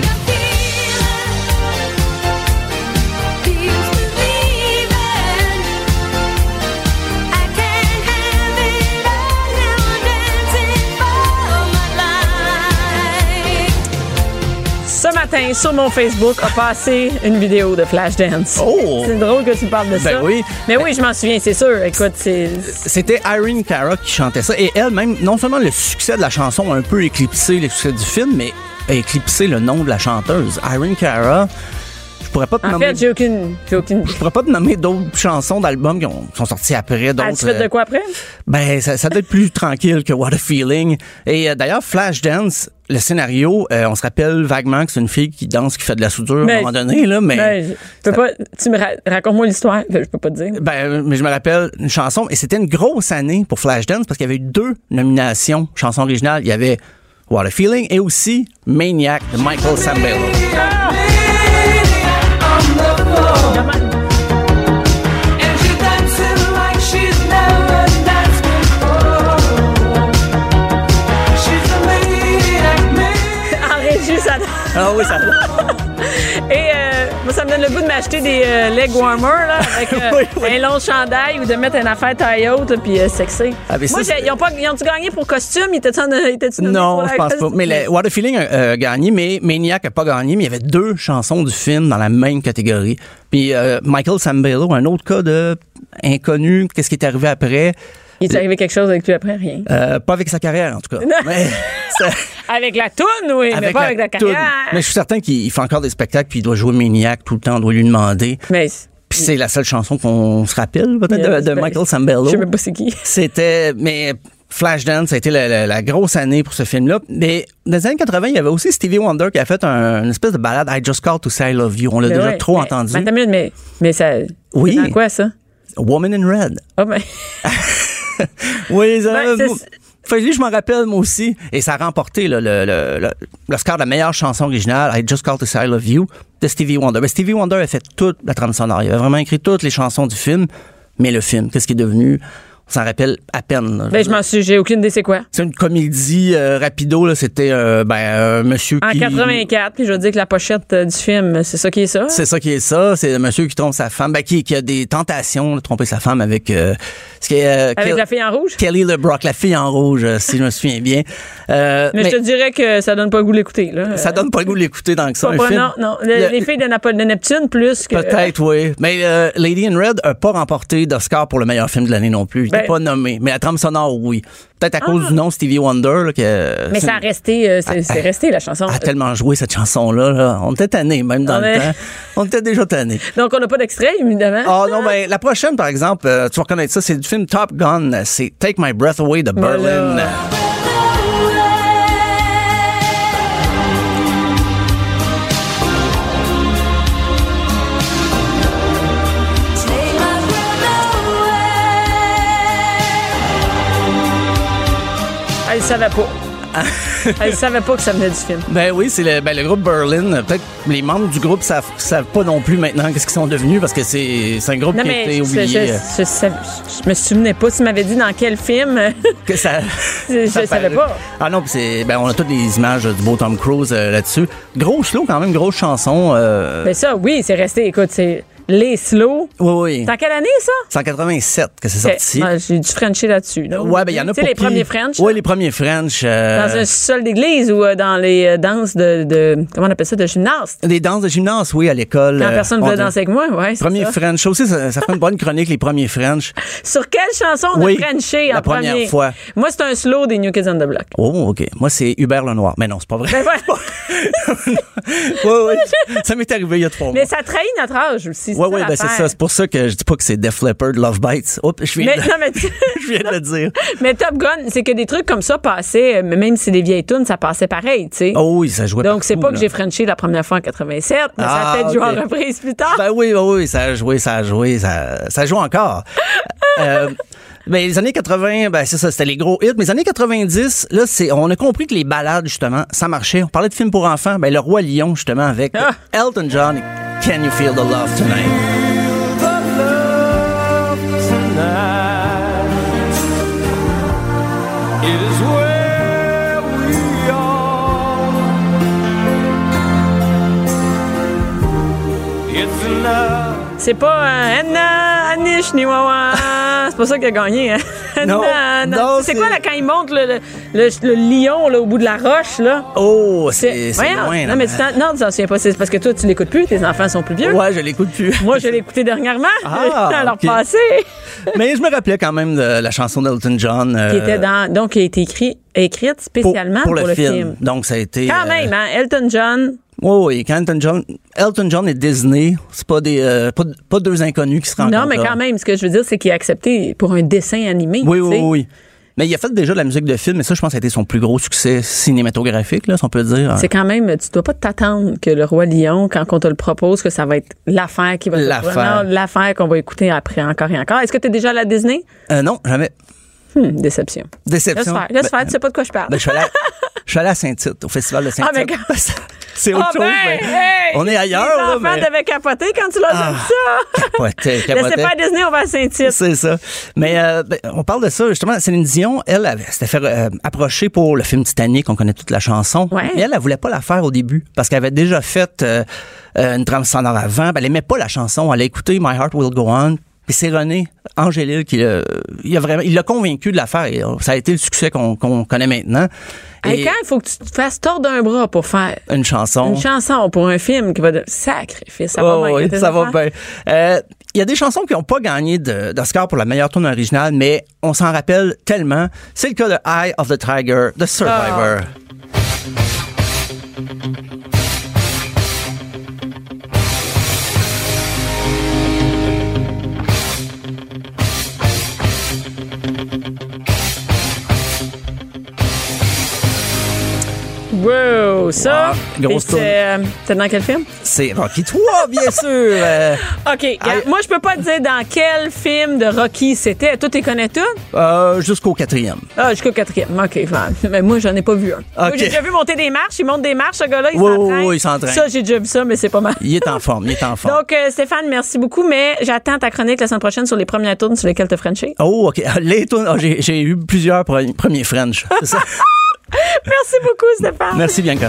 C: Ce matin, sur mon Facebook, a passé une vidéo de Flashdance.
E: Oh!
C: C'est drôle que tu parles de ça.
E: Oui.
C: Mais oui, je m'en souviens, c'est sûr. Écoute,
E: C'était Irene Cara qui chantait ça. Et elle, même, non seulement le succès de la chanson a un peu éclipsé le succès du film, mais a éclipsé le nom de la chanteuse. Irene Cara... Je pourrais pas te nommer.
C: En fait, j'ai aucune.
E: Je pourrais pas te nommer d'autres chansons d'albums qui sont sorties après.
C: As-tu fait de quoi après?
E: Ben, ça doit être plus tranquille que What a Feeling. Et d'ailleurs, Flashdance, le scénario, on se rappelle vaguement que c'est une fille qui danse, qui fait de la soudure à un moment donné, là, mais.
C: Tu me raconte-moi l'histoire, je peux pas te dire.
E: Ben, mais je me rappelle une chanson, et c'était une grosse année pour Flashdance parce qu'il y avait eu 2 nominations, chanson originale. Il y avait What a Feeling et aussi Maniac de Michael Sambello. Ah oui, ça.
C: Et moi, ça me donne le goût de m'acheter des leg warmers là, avec un long chandail ou de mettre une affaire taille haute puis sexy.
E: Ah,
C: moi, ils ont-tu gagné pour costume? Ils étaient-tu nommés
E: non,
C: pour
E: je pense pas. Mais What a Feeling a gagné, mais Maniac n'a pas gagné. Mais il y avait 2 chansons du film dans la même catégorie. Puis Michael Sambello, un autre cas de inconnu, qu'est-ce qui est arrivé après?
C: Il est arrivé quelque chose avec lui après? Rien.
E: Pas avec sa carrière, en tout cas. Mais,
C: avec la toune, oui, mais pas avec la carrière.
E: Mais je suis certain qu'il fait encore des spectacles, puis il doit jouer Maniac tout le temps, on doit lui demander.
C: Mais
E: puis c'est la seule chanson qu'on se rappelle, peut-être, de Michael Sambello.
C: Je sais même pas c'est qui.
E: Mais Flashdance, ça a été la grosse année pour ce film-là. Mais dans les années 80, il y avait aussi Stevie Wonder qui a fait une espèce de balade, I Just Called to Say I Love You. On l'a déjà trop entendu.
C: Mais ça.
E: Oui.
C: C'est dans quoi, ça?
E: Woman in Red.
C: Oh, ben.
E: Oui, je m'en rappelle, moi aussi. Et ça a remporté l'Oscar de la meilleure chanson originale, I Just Called to Say I Love You, de Stevie Wonder. Ben, Stevie Wonder a fait toute la trame sonore. Il a vraiment écrit toutes les chansons du film. Mais le film, qu'est-ce qui est devenu? On s'en rappelle à peine. Là.
C: Ben, j'ai aucune idée c'est quoi.
E: C'est une comédie rapido, là. C'était un monsieur qui...
C: En 84, puis je veux dire que la pochette du film, c'est ça qui est ça?
E: C'est ça qui est ça. C'est un monsieur qui trompe sa femme, qui a des tentations de tromper sa femme avec...
C: avec la fille en rouge?
E: Kelly LeBrock, la fille en rouge, si je me souviens bien.
C: Mais je te dirais que ça donne pas le goût de l'écouter, là.
E: Ça donne pas le goût de l'écouter dans que ça.
C: Non. Les filles de Neptune, plus que...
E: Peut-être, oui. Mais Lady in Red n'a pas remporté d'Oscar pour le meilleur film de l'année non plus. Il n'est pas nommé. Mais la trame sonore, oui. Peut-être à cause du nom Stevie Wonder. Là,
C: mais ça a resté, c'est resté la chanson.
E: A tellement joué cette chanson-là. Là. On était tannés, même dans le temps. On était déjà tannés.
C: Donc, on n'a pas d'extrait, évidemment.
E: Ah non, ben la prochaine, par exemple, tu vas reconnaître ça, c'est du film Top Gun. C'est Take My Breath Away de Berlin.
C: Elle savait pas. Elle savait pas que ça venait du film.
E: Ben oui, c'est le groupe Berlin. Peut-être les membres du groupe savent pas non plus maintenant qu'est-ce qu'ils sont devenus parce que c'est un groupe qui a été oublié.
C: Je me souvenais pas. Tu m'avais dit dans quel film.
E: Que ça.
C: Je savais pas.
E: Ah non, on a toutes les images du beau Tom Cruise là-dessus. Gros slow quand même, grosse chanson.
C: Ben ça, oui, c'est resté. Écoute, Les slow.
E: Oui.
C: C'est en quelle année, ça?
E: C'est en 87 que c'est sorti.
C: Ouais, j'ai du Frenché là-dessus. Là.
E: Ouais, ben il y en a
C: Tu sais,
E: pour
C: les
E: qui-
C: premiers French.
E: Oui,
C: là.
E: les premiers French.
C: Dans un sol d'église ou dans les danses de comment on appelle ça, de gymnaste.
E: Des danses de gymnase, oui, à l'école.
C: Quand personne
E: on
C: voulait
E: dit-
C: danser avec moi, ouais, c'est
E: Premier
C: ça.
E: French. Ça aussi, ça fait une bonne chronique, les premiers French.
C: Sur quelle chanson on a
E: Oui,
C: Frenché
E: la
C: en
E: première
C: premier?
E: fois.
C: Moi, c'est un slow des New Kids on the Block.
E: Oh, OK. Moi, c'est Hubert Lenoir. Mais non, c'est pas vrai.
C: Ben, ouais.
E: Oui. Ça m'est arrivé il y a 3 mois.
C: Mais ça trahit notre âge aussi.
E: Oui, ben c'est ça. C'est pour ça que je dis pas que c'est Def Leppard, Love Bites. Oups, je viens,
C: Mais, non, mais,
E: je viens de le dire.
C: mais Top Gun, c'est que des trucs comme ça passaient, même si c'est des vieilles tunes, ça passait pareil, tu sais.
E: Oh oui, ça jouait
C: Donc, c'est
E: partout,
C: pas que
E: là.
C: j'ai Frenché la première fois en 87, mais ça a peut-être joué en
E: ok.
C: reprise plus tard.
E: Ben oui, ça a joué, ça joue encore. Ben, les années 80, ben c'est ça, c'était les gros hits. Mais les années 90, là, on a compris que les ballades, justement, ça marchait. On parlait de films pour enfants. Ben, Le Roi Lion, justement, avec Elton John et Can You Feel the Love Tonight?
C: C'est pas Anna, Anish, Niwawa. C'est pas ça qu'il a gagné, hein?
E: Non, non,
C: c'est quoi, là, quand il monte le lion, là, au bout de la roche, là?
E: Oh, c'est
C: Voyons.
E: loin, là.
C: Non, mais tu t'en souviens pas. C'est parce que toi, tu l'écoutes plus. Tes enfants sont plus vieux.
E: Ouais, je l'écoute plus.
C: Moi, je l'ai écouté dernièrement.
E: Ah,
C: dans leur
E: ok.
C: passé.
E: Mais je me rappelais quand même de la chanson d'Elton John.
C: Qui était donc, qui a été écrite spécialement pour le film.
E: Donc, ça a été...
C: Quand même, hein? Elton John.
E: Oui, quand Elton John et Disney, c'est pas pas deux inconnus qui se rencontrent.
C: Non, mais quand même, ce que je veux dire, c'est qu'il est accepté pour un dessin animé.
E: Oui,
C: tu sais.
E: oui. Mais il a fait déjà de la musique de film, mais ça, je pense que ça a été son plus gros succès cinématographique, là, si on peut dire.
C: C'est quand même, tu dois pas t'attendre que le Roi Lion, quand on te le propose, que ça va être l'affaire qui va
E: L'affaire.
C: Non, l'affaire qu'on va écouter après encore et encore. Est-ce que tu es déjà allé à Disney?
E: Non, jamais.
C: Déception.
E: Déception.
C: Laisse faire, tu sais pas de quoi je parle.
E: Ben, je suis allé à Saint-Tite, au festival de Saint-Tite.
C: Ah, mais quand-
E: C'est autre chose. mais on est ailleurs,
C: les
E: là,
C: enfants
E: mais...
C: devaient capoter quand tu leur as dit ça.
E: Capotait.
C: Laissez pas à Disney, on va à Saint-Tite.
E: C'est ça. Mais ben, on parle de ça, justement. Céline Dion, elle s'était fait approcher pour le film Titanic. On connaît toute la chanson.
C: Ouais.
E: Mais elle voulait pas la faire au début parce qu'elle avait déjà fait une trame sonore avant. Ben, elle aimait pas la chanson. Elle a écouté My Heart Will Go On. Puis c'est René Angélil qui il l'a convaincu de la faire. Et ça a été le succès qu'on connaît maintenant.
C: Et quand il faut que tu te fasses tordre un bras pour faire
E: une chanson.
C: Une chanson pour un film qui va de sacrifice. Ça va bien.
E: Oui,
C: tes
E: ça va
C: enfants?
E: bien. Il y a des chansons qui n'ont pas gagné d'Oscar pour la meilleure tune originale, mais on s'en rappelle tellement. C'est le cas de Eye of the Tiger, The Survivor.
C: Wow, ça.
E: Grosse
C: et c'est dans quel film?
E: C'est Rocky 3, bien sûr.
C: OK. regarde, moi, je peux pas te dire dans quel film de Rocky c'était. Toi, tu les connais tous?
E: Jusqu'au 4e.
C: Ah, jusqu'au 4e. OK. Enfin, mais moi, j'en ai pas vu un. Moi, j'ai déjà vu monter des marches. Il monte des marches, ce gars-là. Il s'entraîne.
E: Oui, il s'entraîne.
C: Ça, j'ai déjà vu ça, mais c'est pas mal.
E: Il est en forme,
C: Donc, Stéphane, merci beaucoup, mais j'attends ta chronique la semaine prochaine sur les premières tournes sur lesquelles te Frenché.
E: Oh, OK. Les tunes, j'ai eu plusieurs premiers French. C'est ça.
C: Merci beaucoup, Stéphane.
E: Merci, Bianca.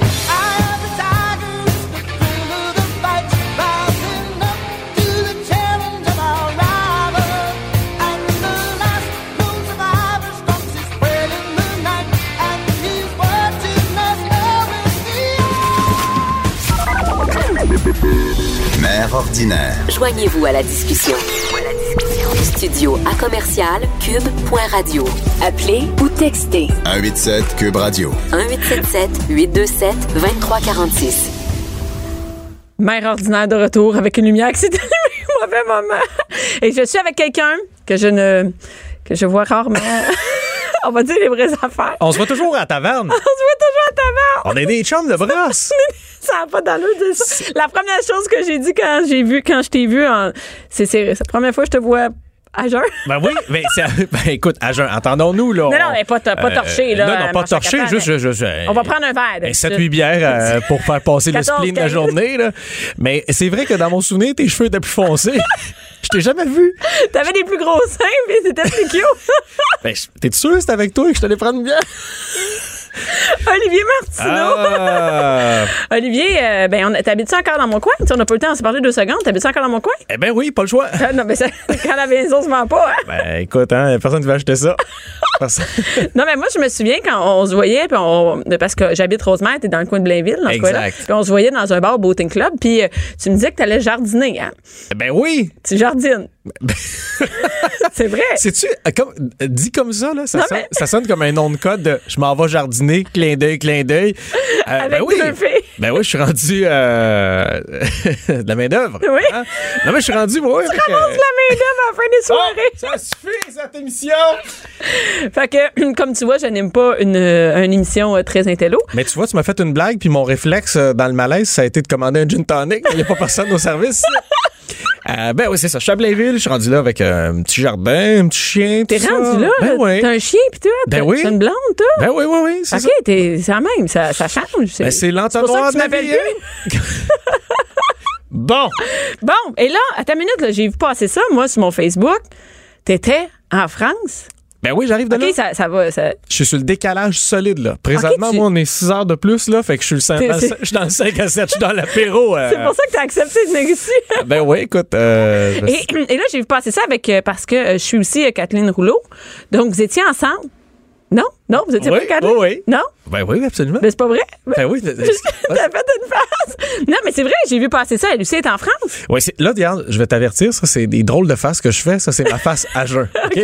B: Mère ordinaire.
A: Joignez-vous à la discussion. Studio à commercial cube.radio. Appelez ou textez
B: 187 Cube Radio.
A: 1877-827-2346.
C: Mère ordinaire de retour avec une lumière qui s'est allumée au mauvais moment. Et je suis avec quelqu'un que je vois rarement. On va dire les vraies affaires.
G: On se voit toujours à la taverne.
C: On se voit toujours à taverne.
G: On est des chums de brosse.
C: Ça n'a pas d'allure de dire ça. La première chose que j'ai dit quand je t'ai vu, c'est la première fois que je te vois à jeun.
G: Ben oui, mais écoute, à jeun, entendons-nous, là.
C: Non, mais pas torché, là.
G: Non, pas torché, juste.
C: On va prendre un verre.
G: 7-8 bières pour faire passer le
C: 14,
G: spleen de la
C: 15.
G: journée, là. Mais c'est vrai que dans mon souvenir, tes cheveux étaient plus foncés. Je t'ai jamais vu.
C: T'avais des plus gros seins, mais c'était plus cute.
G: Ben, t'es sûr que c'était avec toi que je t'allais prendre une bière?
C: Olivier Martineau.
G: Ah.
C: Olivier, t'habites-tu encore dans mon coin? T'sais, on n'a pas eu le temps de se parler 2 secondes. T'habites-tu encore dans mon coin?
G: Eh ben oui, pas le choix.
C: Non, mais ça, quand la maison se vend pas, hein?
G: Ben écoute, personne ne va acheter ça.
C: Non, mais moi, je me souviens quand on se voyait, puis parce que j'habite Rosemère, t'es dans le coin de Blainville, dans ce coin-là. Puis on se voyait dans un bar au Boating Club, puis tu me disais que t'allais jardiner, hein?
G: Ben oui.
C: Tu jardines. C'est vrai.
G: Sais-tu, dit comme ça, là, ça sonne comme un nom de code de je m'en vais jardiner, clin d'œil, clin d'œil.
C: Avec
G: ben oui.
C: 2 filles.
G: Ben oui, je suis rendu de la main-d'œuvre.
C: Oui.
G: Hein? Non, mais je suis rendu, moi.
C: Tu ramasses la main-d'œuvre à la fin des soirées.
G: Ça suffit, cette émission.
C: Fait que, comme tu vois, je n'aime pas une émission très intello.
G: Mais tu vois, tu m'as fait une blague, puis mon réflexe dans le malaise, ça a été de commander un gin tonic. Il n'y a pas personne au service. Ben oui, c'est ça. Je suis à Blainville, je suis rendu là avec un petit jardin, un petit chien.
C: T'es rendu là?
G: Ben oui.
C: T'as un chien pis tout?
G: Ben oui.
C: T'as une blonde, toi?
G: Ben oui, oui, oui. C'est
C: OK,
G: ça.
C: c'est la même. Ça change.
G: Ben c'est
C: pour ça
G: l'entonnoir
C: que
G: de
C: tu
G: la
C: m'appelles
G: vie.
C: plus.
G: Bon.
C: Bon, et là, à ta minute, là, j'ai vu passer ça, moi, sur mon Facebook. T'étais en France?
G: Ben oui, j'arrive de là.
C: OK, ça va.
G: Je suis sur le décalage solide, là. Présentement,
C: OK,
G: moi, on est 6 heures de plus, là. Fait que je suis dans le 5 à 7, je suis dans l'apéro.
C: C'est pour ça que t'as accepté de négocier.
G: Ben oui, écoute.
C: Et là, j'ai vu passer ça parce que je suis aussi Kathleen Rouleau. Donc, vous étiez ensemble? Non, vous étiez
G: Oui,
C: pas Kathleen?
G: oui.
C: Non?
G: Ben oui, absolument.
C: Mais c'est pas vrai?
G: Ben oui.
C: T'as fait une face. Non, mais c'est vrai, j'ai vu passer ça. Lucie est en France.
G: Oui, là, regarde, je vais t'avertir, ça, c'est des drôles de faces que je fais. Ça, c'est ma face à jeun. OK?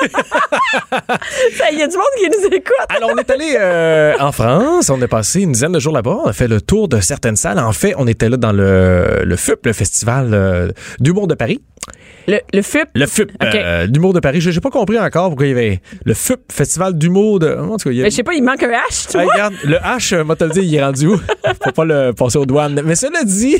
C: Il y a du monde qui nous écoute.
G: Alors, on est allé en France. On a passé une dizaine de jours là-bas. On a fait le tour de certaines salles. En fait, on était là dans le FUP, le Festival d'humour de Paris.
C: Le FUP?
G: Le FUP,
C: OK.
G: d'humour de Paris. J'ai pas compris encore pourquoi il y avait le FUP, Festival d'humour de... En tout cas,
C: Mais je sais pas, il manque un H, tu vois?
G: Regarde, le H, moi te le dire, il est rendu où? Faut pas le passer aux douanes. Mais cela dit,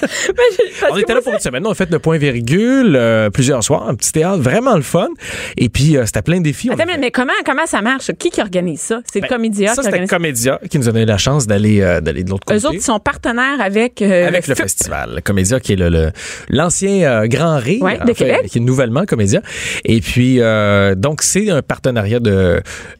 G: on était là pour une semaine. On a fait le point virgule plusieurs soirs, un petit théâtre, vraiment le fun. Et puis, c'était plein de défis.
C: Attends, mais comment ça marche? Qui organise ça? C'est le Comédia
G: ça,
C: qui
G: c'était
C: organise
G: Comédia qui nous a donné la chance d'aller de l'autre côté.
C: Eux autres, ils sont partenaires avec
G: avec le
C: FUP.
G: festival. Le Comédia qui est l'ancien Grand Rire.
C: Ouais, de Québec.
G: Qui est nouvellement Comédia. Et puis, donc, c'est un partenariat de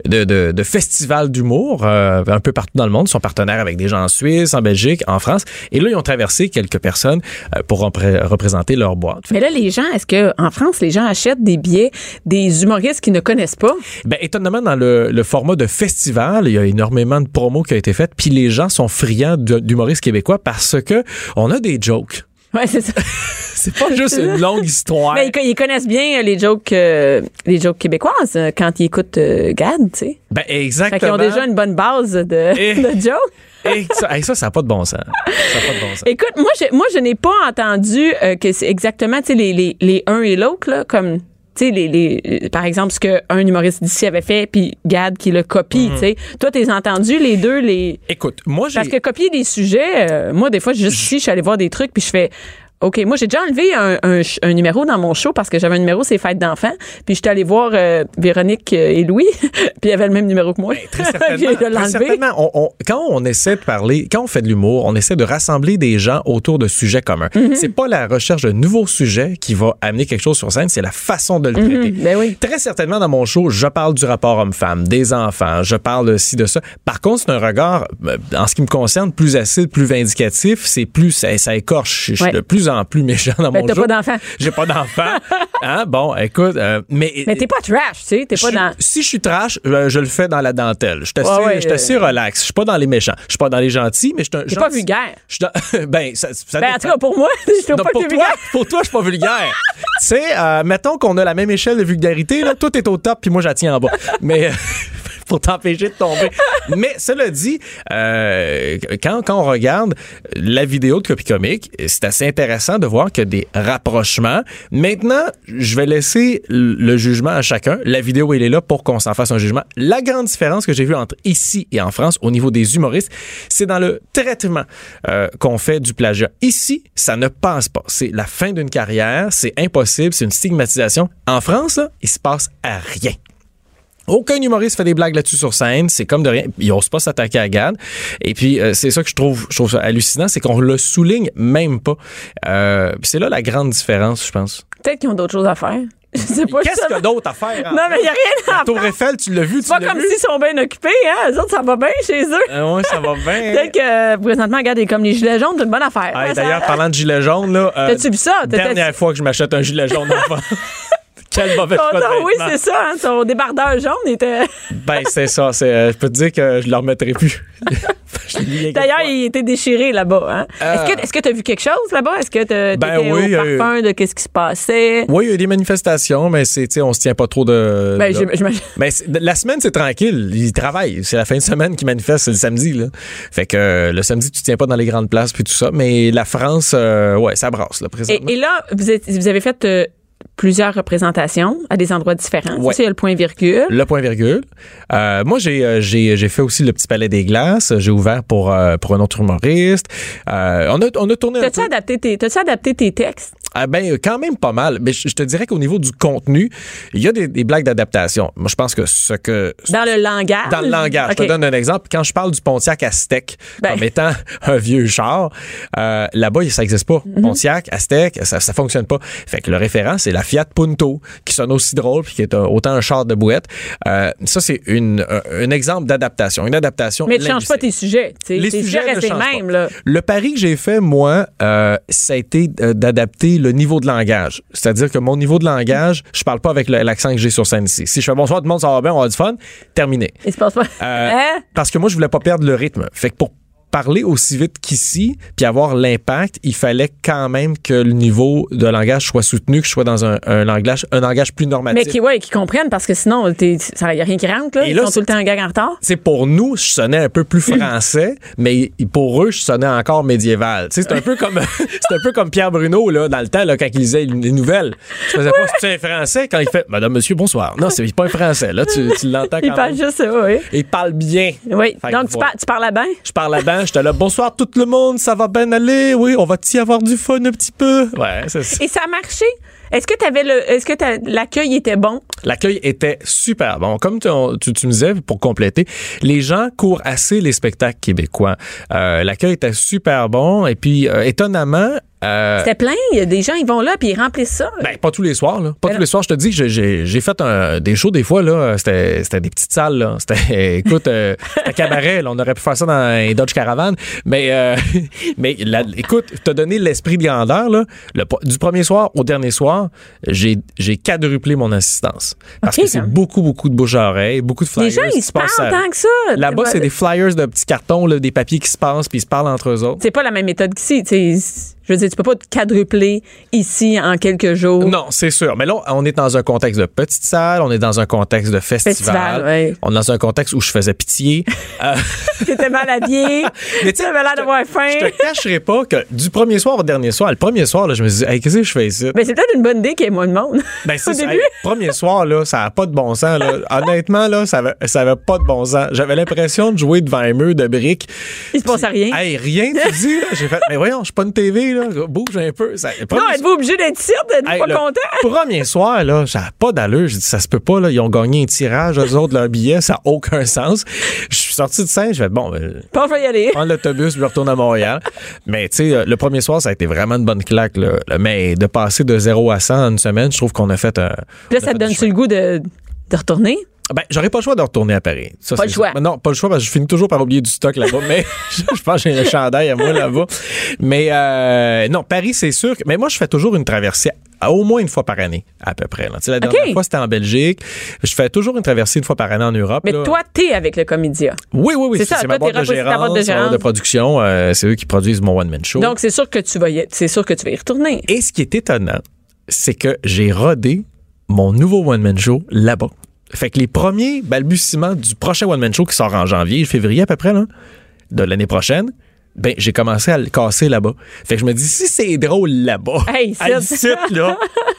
G: festival d'humour un peu partout dans le monde. Ils sont partenaires avec des gens en Suisse, en Belgique, en France. Et là, ils ont traversé quelques personnes pour représenter leur boîte.
C: Mais là, les gens, est-ce qu'en France, les gens achètent des billets des humoristes qu'ils ne connaissent pas?
G: Ben, étonnamment, dans le format de festival, il y a énormément de promos qui ont été faites. Puis les gens sont friands d'humoristes québécois parce que on a des jokes.
C: Ouais, c'est ça.
G: C'est pas juste une longue histoire.
C: Mais ils connaissent bien les jokes québécoises quand ils écoutent Gad, tu sais.
G: Ben, exactement.
C: Fait qu'ils ont déjà une bonne base de jokes.
G: Et ça n'a pas de bon sens. Ça n'a pas de bon sens.
C: Écoute, moi, je n'ai pas entendu que c'est exactement, tu sais, les uns et l'autre, là, comme... Tu sais, par exemple, ce qu'un humoriste d'ici avait fait, puis Gad qui le copie, tu sais. Toi, t'es entendu les deux,
G: Écoute, moi,
C: Parce que copier des sujets, moi, des fois, juste ici, je suis allée voir des trucs, puis je fais... OK, moi, j'ai déjà enlevé un numéro dans mon show parce que j'avais un numéro, c'est Fêtes d'enfants. Puis j'étais allée voir Véronique et Louis, puis ils avaient le même numéro que moi.
G: Très certainement. Quand on essaie de parler, quand on fait de l'humour, on essaie de rassembler des gens autour de sujets communs. C'est pas la recherche de nouveaux sujets qui va amener quelque chose sur scène, c'est la façon de le traiter.
C: Ben oui.
G: Très certainement, dans mon show, je parle du rapport homme-femme, des enfants, je parle de ci, de ça. Par contre, c'est un regard, en ce qui me concerne, plus acide, plus vindicatif. C'est plus, ça écorche. Je suis de plus en plus méchant dans mon
C: t'as
G: show.
C: pas d'enfant.
G: J'ai pas d'enfant. Hein? Bon, écoute, mais
C: t'es pas trash, tu sais. T'es pas dans...
G: Si je suis trash, je le fais dans la dentelle. Je suis assez relax. Je suis pas dans les méchants. Je suis pas dans les gentils, mais je suis un gentil.
C: T'es pas vulgaire.
G: Ben, ça
C: en tout cas, pour moi, je trouve pas que t'es vulgaire.
G: Pour toi, je suis pas vulgaire. Tu sais, mettons qu'on a la même échelle de vulgarité, là. Toi, t'es au top, puis moi, je la tiens en bas. Mais... pour t'empêcher de tomber. Mais cela dit, quand on regarde la vidéo de Copie Comique, c'est assez intéressant de voir qu'il y a des rapprochements. Maintenant, je vais laisser le jugement à chacun. La vidéo, elle est là pour qu'on s'en fasse un jugement. La grande différence que j'ai vue entre ici et en France, au niveau des humoristes, c'est dans le traitement qu'on fait du plagiat. Ici, ça ne passe pas. C'est la fin d'une carrière, c'est impossible, c'est une stigmatisation. En France, là, il se passe à rien. Aucun humoriste fait des blagues là-dessus sur scène. C'est comme de rien. Il n'ose pas s'attaquer à Gad. Et puis, c'est ça que je trouve ça hallucinant, c'est qu'on le souligne même pas. C'est là la grande différence, je pense.
C: Peut-être qu'ils ont d'autres choses à faire. Je sais pas.
G: Qu'est-ce qu'il y a d'autre à faire?
C: Non, mais il n'y a rien à
G: La Tour
C: faire.
G: Eiffel, tu l'as vu, tu
C: C'est pas
G: l'as
C: comme
G: vu?
C: s'ils sont bien occupés, hein. Eux autres, ça va bien chez eux.
G: Oui, ça va bien.
C: Peut-être que présentement, regarde, comme les gilets jaunes, c'est une bonne affaire.
G: Ah, et
C: Ouais,
G: d'ailleurs,
C: ça-
G: parlant de gilet jaune, là.
C: T'as-tu vu ça?
G: Dernière fois que je m'achète un gilet jaune enfant. Quel mauvais choix de
C: Oui,
G: vêtements.
C: c'est ça. Hein, ton débardeur jaune était.
G: Ben, c'est ça. Je peux te dire que je ne le remettrai plus. Je l'ai mis quelques
C: D'ailleurs,
G: fois.
C: il était déchiré là-bas. Hein? Est-ce que tu as vu quelque chose là-bas? Est-ce que tu
G: Ben
C: étais
G: oui,
C: au parfum de qu'est-ce qui se passait?
G: Oui, il y a eu des manifestations, mais on se tient pas trop de.
C: Ben,
G: de-
C: j'imagine.
G: Mais la semaine, c'est tranquille. Ils travaillent. C'est la fin de semaine qu'ils manifestent, c'est le samedi. Là. Fait que le samedi, tu tiens pas dans les grandes places puis tout ça. Mais la France, ouais, ça brasse là, présentement.
C: Et là, vous avez fait plusieurs représentations à des endroits différents.
G: Ouais.
C: Ça, il y a le point-virgule.
G: Le point virgule. Moi, j'ai fait aussi le Petit Palais des Glaces. J'ai ouvert pour un autre humoriste. On a tourné un
C: T'as-tu
G: peu.
C: adapté tes textes?
G: Ah ben, quand même pas mal. Mais je te dirais qu'au niveau du contenu, il y a des blagues d'adaptation. Moi, je pense que
C: Dans le langage?
G: Dans le langage.
C: OK.
G: Je te donne un exemple. Quand je parle du Pontiac Aztec
C: Ben.
G: comme étant un vieux char, là-bas, ça n'existe pas.
C: Mhm.
G: Pontiac, Aztec, ça fonctionne pas. Fait que le référent, c'est la Fiat Punto, qui sonne aussi drôle puis qui est autant un char de bouette. Ça, c'est un exemple d'adaptation. Une adaptation
C: Mais tu changes pas
G: linguistique.
C: tes sujets. Tes sujets
G: ne
C: restent les
G: changent
C: mêmes.
G: pas.
C: Là.
G: Le pari que j'ai fait, moi, ça a été d'adapter le niveau de langage. C'est-à-dire que mon niveau de langage, je parle pas avec l'accent que j'ai sur scène ici. Si je fais bonsoir tout le monde, ça va bien, on va avoir du fun, terminé.
C: Il se passe pas. Hein?
G: Parce que moi, je voulais pas perdre le rythme. Fait que pour parler aussi vite qu'ici, puis avoir l'impact, il fallait quand même que le niveau de langage soit soutenu, que je sois dans un langage plus normatif.
C: Mais qui comprennent parce que sinon, il n'y a rien qui rentre. Là.
G: Et
C: Ils
G: là,
C: sont tout le temps en gag en retard.
G: C'est pour nous, je sonnais un peu plus français, mais pour eux, je sonnais encore médiéval. Tu sais, c'est un peu comme Pierre Bruno là dans le temps là, quand il lisait les nouvelles. Je faisais pas c'est un français quand il fait Madame, Monsieur, bonsoir. Non, c'est pas un français. Là, tu l'entends quand
C: Ils parlent
G: même.
C: juste ça, oui.
G: Et il parle bien.
C: Oui.
G: Fait
C: Donc,
G: que voilà.
C: tu parles à bain?
G: Je parle là-bas, j'étais là, bonsoir tout le monde, ça va bien aller, oui, on va-t-y avoir du fun un petit peu? Ouais, c'est ça.
C: Et ça a marché? Est-ce que l'accueil était bon?
G: L'accueil était super bon. Comme tu me disais, pour compléter, les gens courent assez les spectacles québécois. L'accueil était super bon et puis, étonnamment...
C: C'était plein. Il y a des gens, ils vont là puis ils remplissent ça.
G: Ben, pas tous les soirs, là. Pas tous les soirs. Je te dis que j'ai fait des shows des fois, là. C'était des petites salles, là. C'était, écoute, c'était cabaret, là. On aurait pu faire ça dans un Dodge Caravan. Mais écoute, t'as donné l'esprit de grandeur, là. Du premier soir au dernier soir, j'ai quadruplé mon assistance. Parce que c'est beaucoup, beaucoup de bouche à oreille, beaucoup de flyers.
C: Les gens, ils
G: qui
C: se
G: passent
C: parlent tant que ça.
G: Là-bas, c'est des flyers de petits cartons, là, des papiers qui se passent, puis ils se parlent entre eux autres.
C: C'est pas la même méthode qu'ici. Je veux dire, tu peux pas te quadrupler ici en quelques jours.
G: Non, c'est sûr. Mais là, on est dans un contexte de petite salle, on est dans un contexte de festival.
C: Ouais.
G: On est dans un contexte où je faisais pitié.
C: T'étais mal habillé.
G: Mais tu sais,
C: T'avais l'air d'avoir faim.
G: je te cacherai pas que du premier soir au dernier soir, le premier soir, là, je me suis dit, hey, qu'est-ce que je fais ici?
C: Mais c'est peut-être une bonne idée qu'il y ait moins de monde.
G: Ben, c'est
C: Au
G: ça.
C: début.
G: Hey, premier soir, là, ça n'a pas de bon sens. Là. Honnêtement, là, ça avait pas de bon sens. J'avais l'impression de jouer devant un mur de briques.
C: Il se passe rien.
G: Hey, rien, tu dis, là. J'ai fait, mais voyons, je suis pas une TV, là. Bouge un peu.
C: Non, êtes-vous obligé d'être ici? Êtes-vous
G: Hey,
C: pas
G: le
C: content?
G: Premier soir, là, ça n'a pas d'allure. J'ai dit, ça se peut pas, là. Ils ont gagné un tirage, eux autres, leur billet, ça n'a aucun sens. Je suis sorti de scène, je vais bon,
C: Pas, je vais y aller.
G: prendre l'autobus, je retourne à Montréal. Mais, tu sais, le premier soir, ça a été vraiment une bonne claque, là. Mais de passer de 0 à 100 en une semaine, je trouve qu'on a fait un.
C: Puis là, ça te donne-tu le goût de retourner?
G: Ben, j'aurais pas le choix de retourner à Paris. Ça,
C: Pas
G: c'est
C: le choix.
G: sûr. Non, pas le choix parce que je finis toujours par oublier du stock là-bas. Mais je pense que j'ai un chandail à moi là-bas. Mais non, Paris, c'est sûr. Mais moi, je fais toujours une traversée au moins une fois par année, à peu près. Là. La dernière fois, c'était en Belgique. Je fais toujours une traversée une fois par année en Europe.
C: Mais
G: là.
C: toi, t'es avec le Comédia.
G: Oui.
C: C'est ça,
G: ma
C: toi,
G: boîte de
C: t'es ta boîte de
G: gérance, ma boîte de production. C'est eux qui produisent mon one-man show.
C: Donc, c'est sûr que tu vas y retourner.
G: Et ce qui est étonnant, c'est que j'ai rodé mon nouveau one-man show là-bas. Fait que les premiers balbutiements du prochain one-man show qui sort en janvier, février à peu près, là, de l'année prochaine, ben j'ai commencé à le casser là-bas. Fait que je me dis, si c'est drôle là-bas,
C: Hey,
G: à ici, là,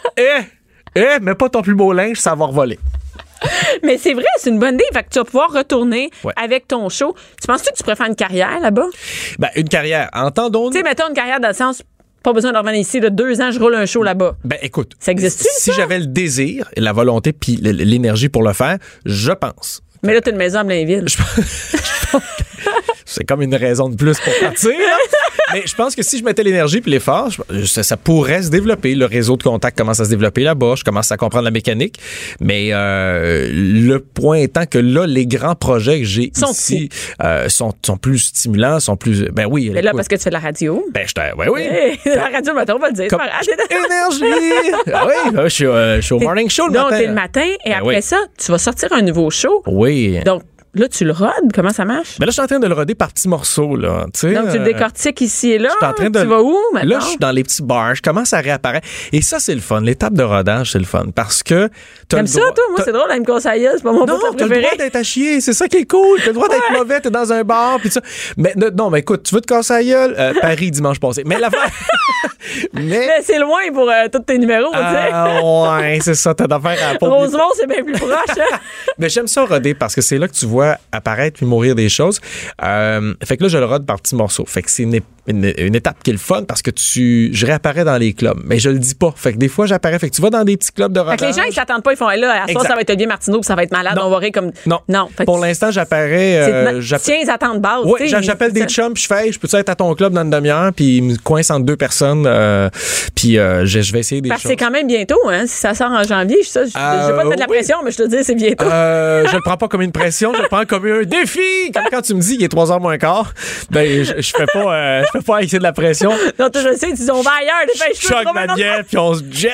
G: mets pas ton plus beau linge, ça va revoler.
C: Mais c'est vrai, c'est une bonne idée. Fait que tu vas pouvoir retourner
G: Ouais.
C: avec ton show. Tu penses-tu que tu pourrais faire une carrière là-bas?
G: Ben, une carrière, entendons-nous.
C: Tu sais, mettons une carrière dans le sens, pas besoin de revenir ici, là, 2 ans, je roule un show là-bas.
G: Ben, écoute.
C: Ça existe-tu,
G: Si
C: ça?
G: j'avais le désir, la volonté puis l'énergie pour le faire, je pense.
C: Mais là, t'as une maison à Blainville.
G: C'est comme une raison de plus pour partir. Là. Mais je pense que si je mettais l'énergie puis l'effort, ça pourrait se développer. Le réseau de contacts commence à se développer là-bas. Je commence à comprendre la mécanique. Mais le point étant que là, les grands projets que j'ai ici sont plus stimulants, sont plus... Ben oui.
C: Mais là, parce que tu fais de la radio.
G: Ben, oui.
C: Hey, la radio le matin, on va le dire.
G: Comme énergie! Ah oui, je suis au morning show le matin.
C: Donc, t'es le matin et après ça, tu vas sortir un nouveau show.
G: Oui.
C: Donc, là, tu le rodes? Comment ça marche?
G: Ben là, je suis en train de le roder par petits morceaux, là. Tu sais,
C: donc, tu le décortiques ici et là.
G: Je suis en train de...
C: Tu vas où, maintenant?
G: Là, je suis dans les petits bars. Je commence à réapparaître. Et ça, c'est le fun. L'étape de rodage, c'est le fun. Parce que...
C: T'aimes ça, toi? Moi, c'est drôle, elle me conseille. C'est pas mon plat préféré.
G: Non, t'as le droit d'être à chier. C'est ça qui est cool. T'as le droit d'être mauvais. T'es dans un bar, puis ça. Mais non, mais écoute, tu veux te casser la gueule? Paris, dimanche passé. Mais l'affaire...
C: mais c'est loin pour tous tes numéros, tu sais.
G: Ouais, c'est ça. T'as d'affaire à la
C: Rosemont, c'est bien plus proche. Hein?
G: Mais j'aime ça roder parce que c'est là que tu vois apparaître puis mourir des choses. Fait que là, je le rode par petits morceaux. Fait que c'est une étape qui est le fun parce que je réapparais dans les clubs. Mais je le dis pas. Fait que des fois, j'apparais. Fait que tu vas dans des petits clubs de rodage.
C: Fait que les gens, ils s'attendent pas. Ils font, là, à soir, ça va être Olivier Martineau puis ça va être malade. On va rire comme... Non.
G: Pour l'instant, j'apparais...
C: Tiens, ils attendent base.
G: Oui, j'appelle des chums puis je fais, je peux-tu être à ton club dans une demi-heure puis ils me coincent entre deux personnes puis je vais essayer des choses.
C: C'est quand même bientôt, hein? Si ça sort en janvier, je vais pas te mettre de la pression, mais je te dis, c'est bientôt.
G: Je le prends pas comme une pression, je le prends comme un défi. Comme quand tu me dis qu'il est 3h moins quart, ben je fais pas essayer de la pression.
C: Non, je sais, tu dis on va ailleurs,
G: je choque ma bière puis on se jette.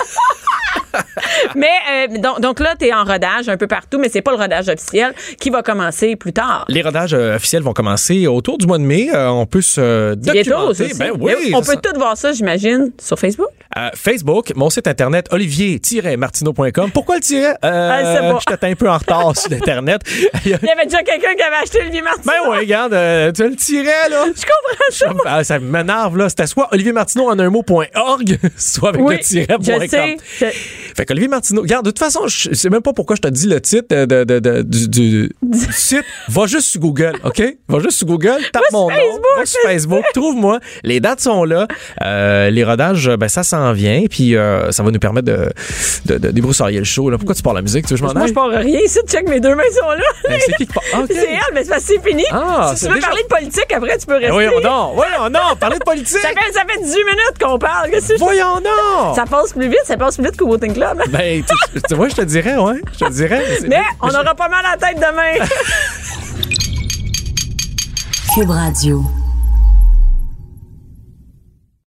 C: Mais donc là, t'es en rodage un peu partout, mais c'est pas le rodage officiel qui va commencer plus tard.
G: Les rodages officiels vont commencer autour du mois de mai. On peut se documenter.
C: Ben oui, on peut tout voir ça, j'imagine, sur Facebook.
G: Facebook, mon site internet olivier-martineau.com. Pourquoi le tiret? J'étais un peu en retard sur Internet.
C: Il y avait déjà quelqu'un qui avait acheté Olivier Martineau.
G: Ben oui, regarde, tu le tirais, là.
C: Je comprends ça.
G: Ça m'énerve, là. C'était soit oliviermartineau en un mot.org, soit avec le tiret.com.
C: Je sais.
G: Fait qu'Olivier Martineau, regarde, de toute façon, je sais même pas pourquoi je te dis le titre du site. Va juste sur Google, OK? Va juste sur Google, tape mon nom, va sur Facebook, trouve-moi. Les dates sont là. Les rodages, ben ça s'en vient, puis ça va nous permettre de débroussailler le show. Là. Pourquoi tu parles la musique? Tu veux que je m'en aille?
C: Moi, je pars rien ici. Check, mes deux mains sont là.
G: C'est qui parle? Okay.
C: C'est elle, mais c'est fini. Si tu veux parler de politique, après, tu peux rester.
G: Voyons non, parler de politique.
C: Ça fait 18 minutes qu'on parle.
G: Voyons non.
C: Ça passe plus vite qu'au Voting Club.
G: Ben, tu vois, je te dirais, ouais.
C: Mais on aura pas mal à la tête demain.
A: Cube Radio.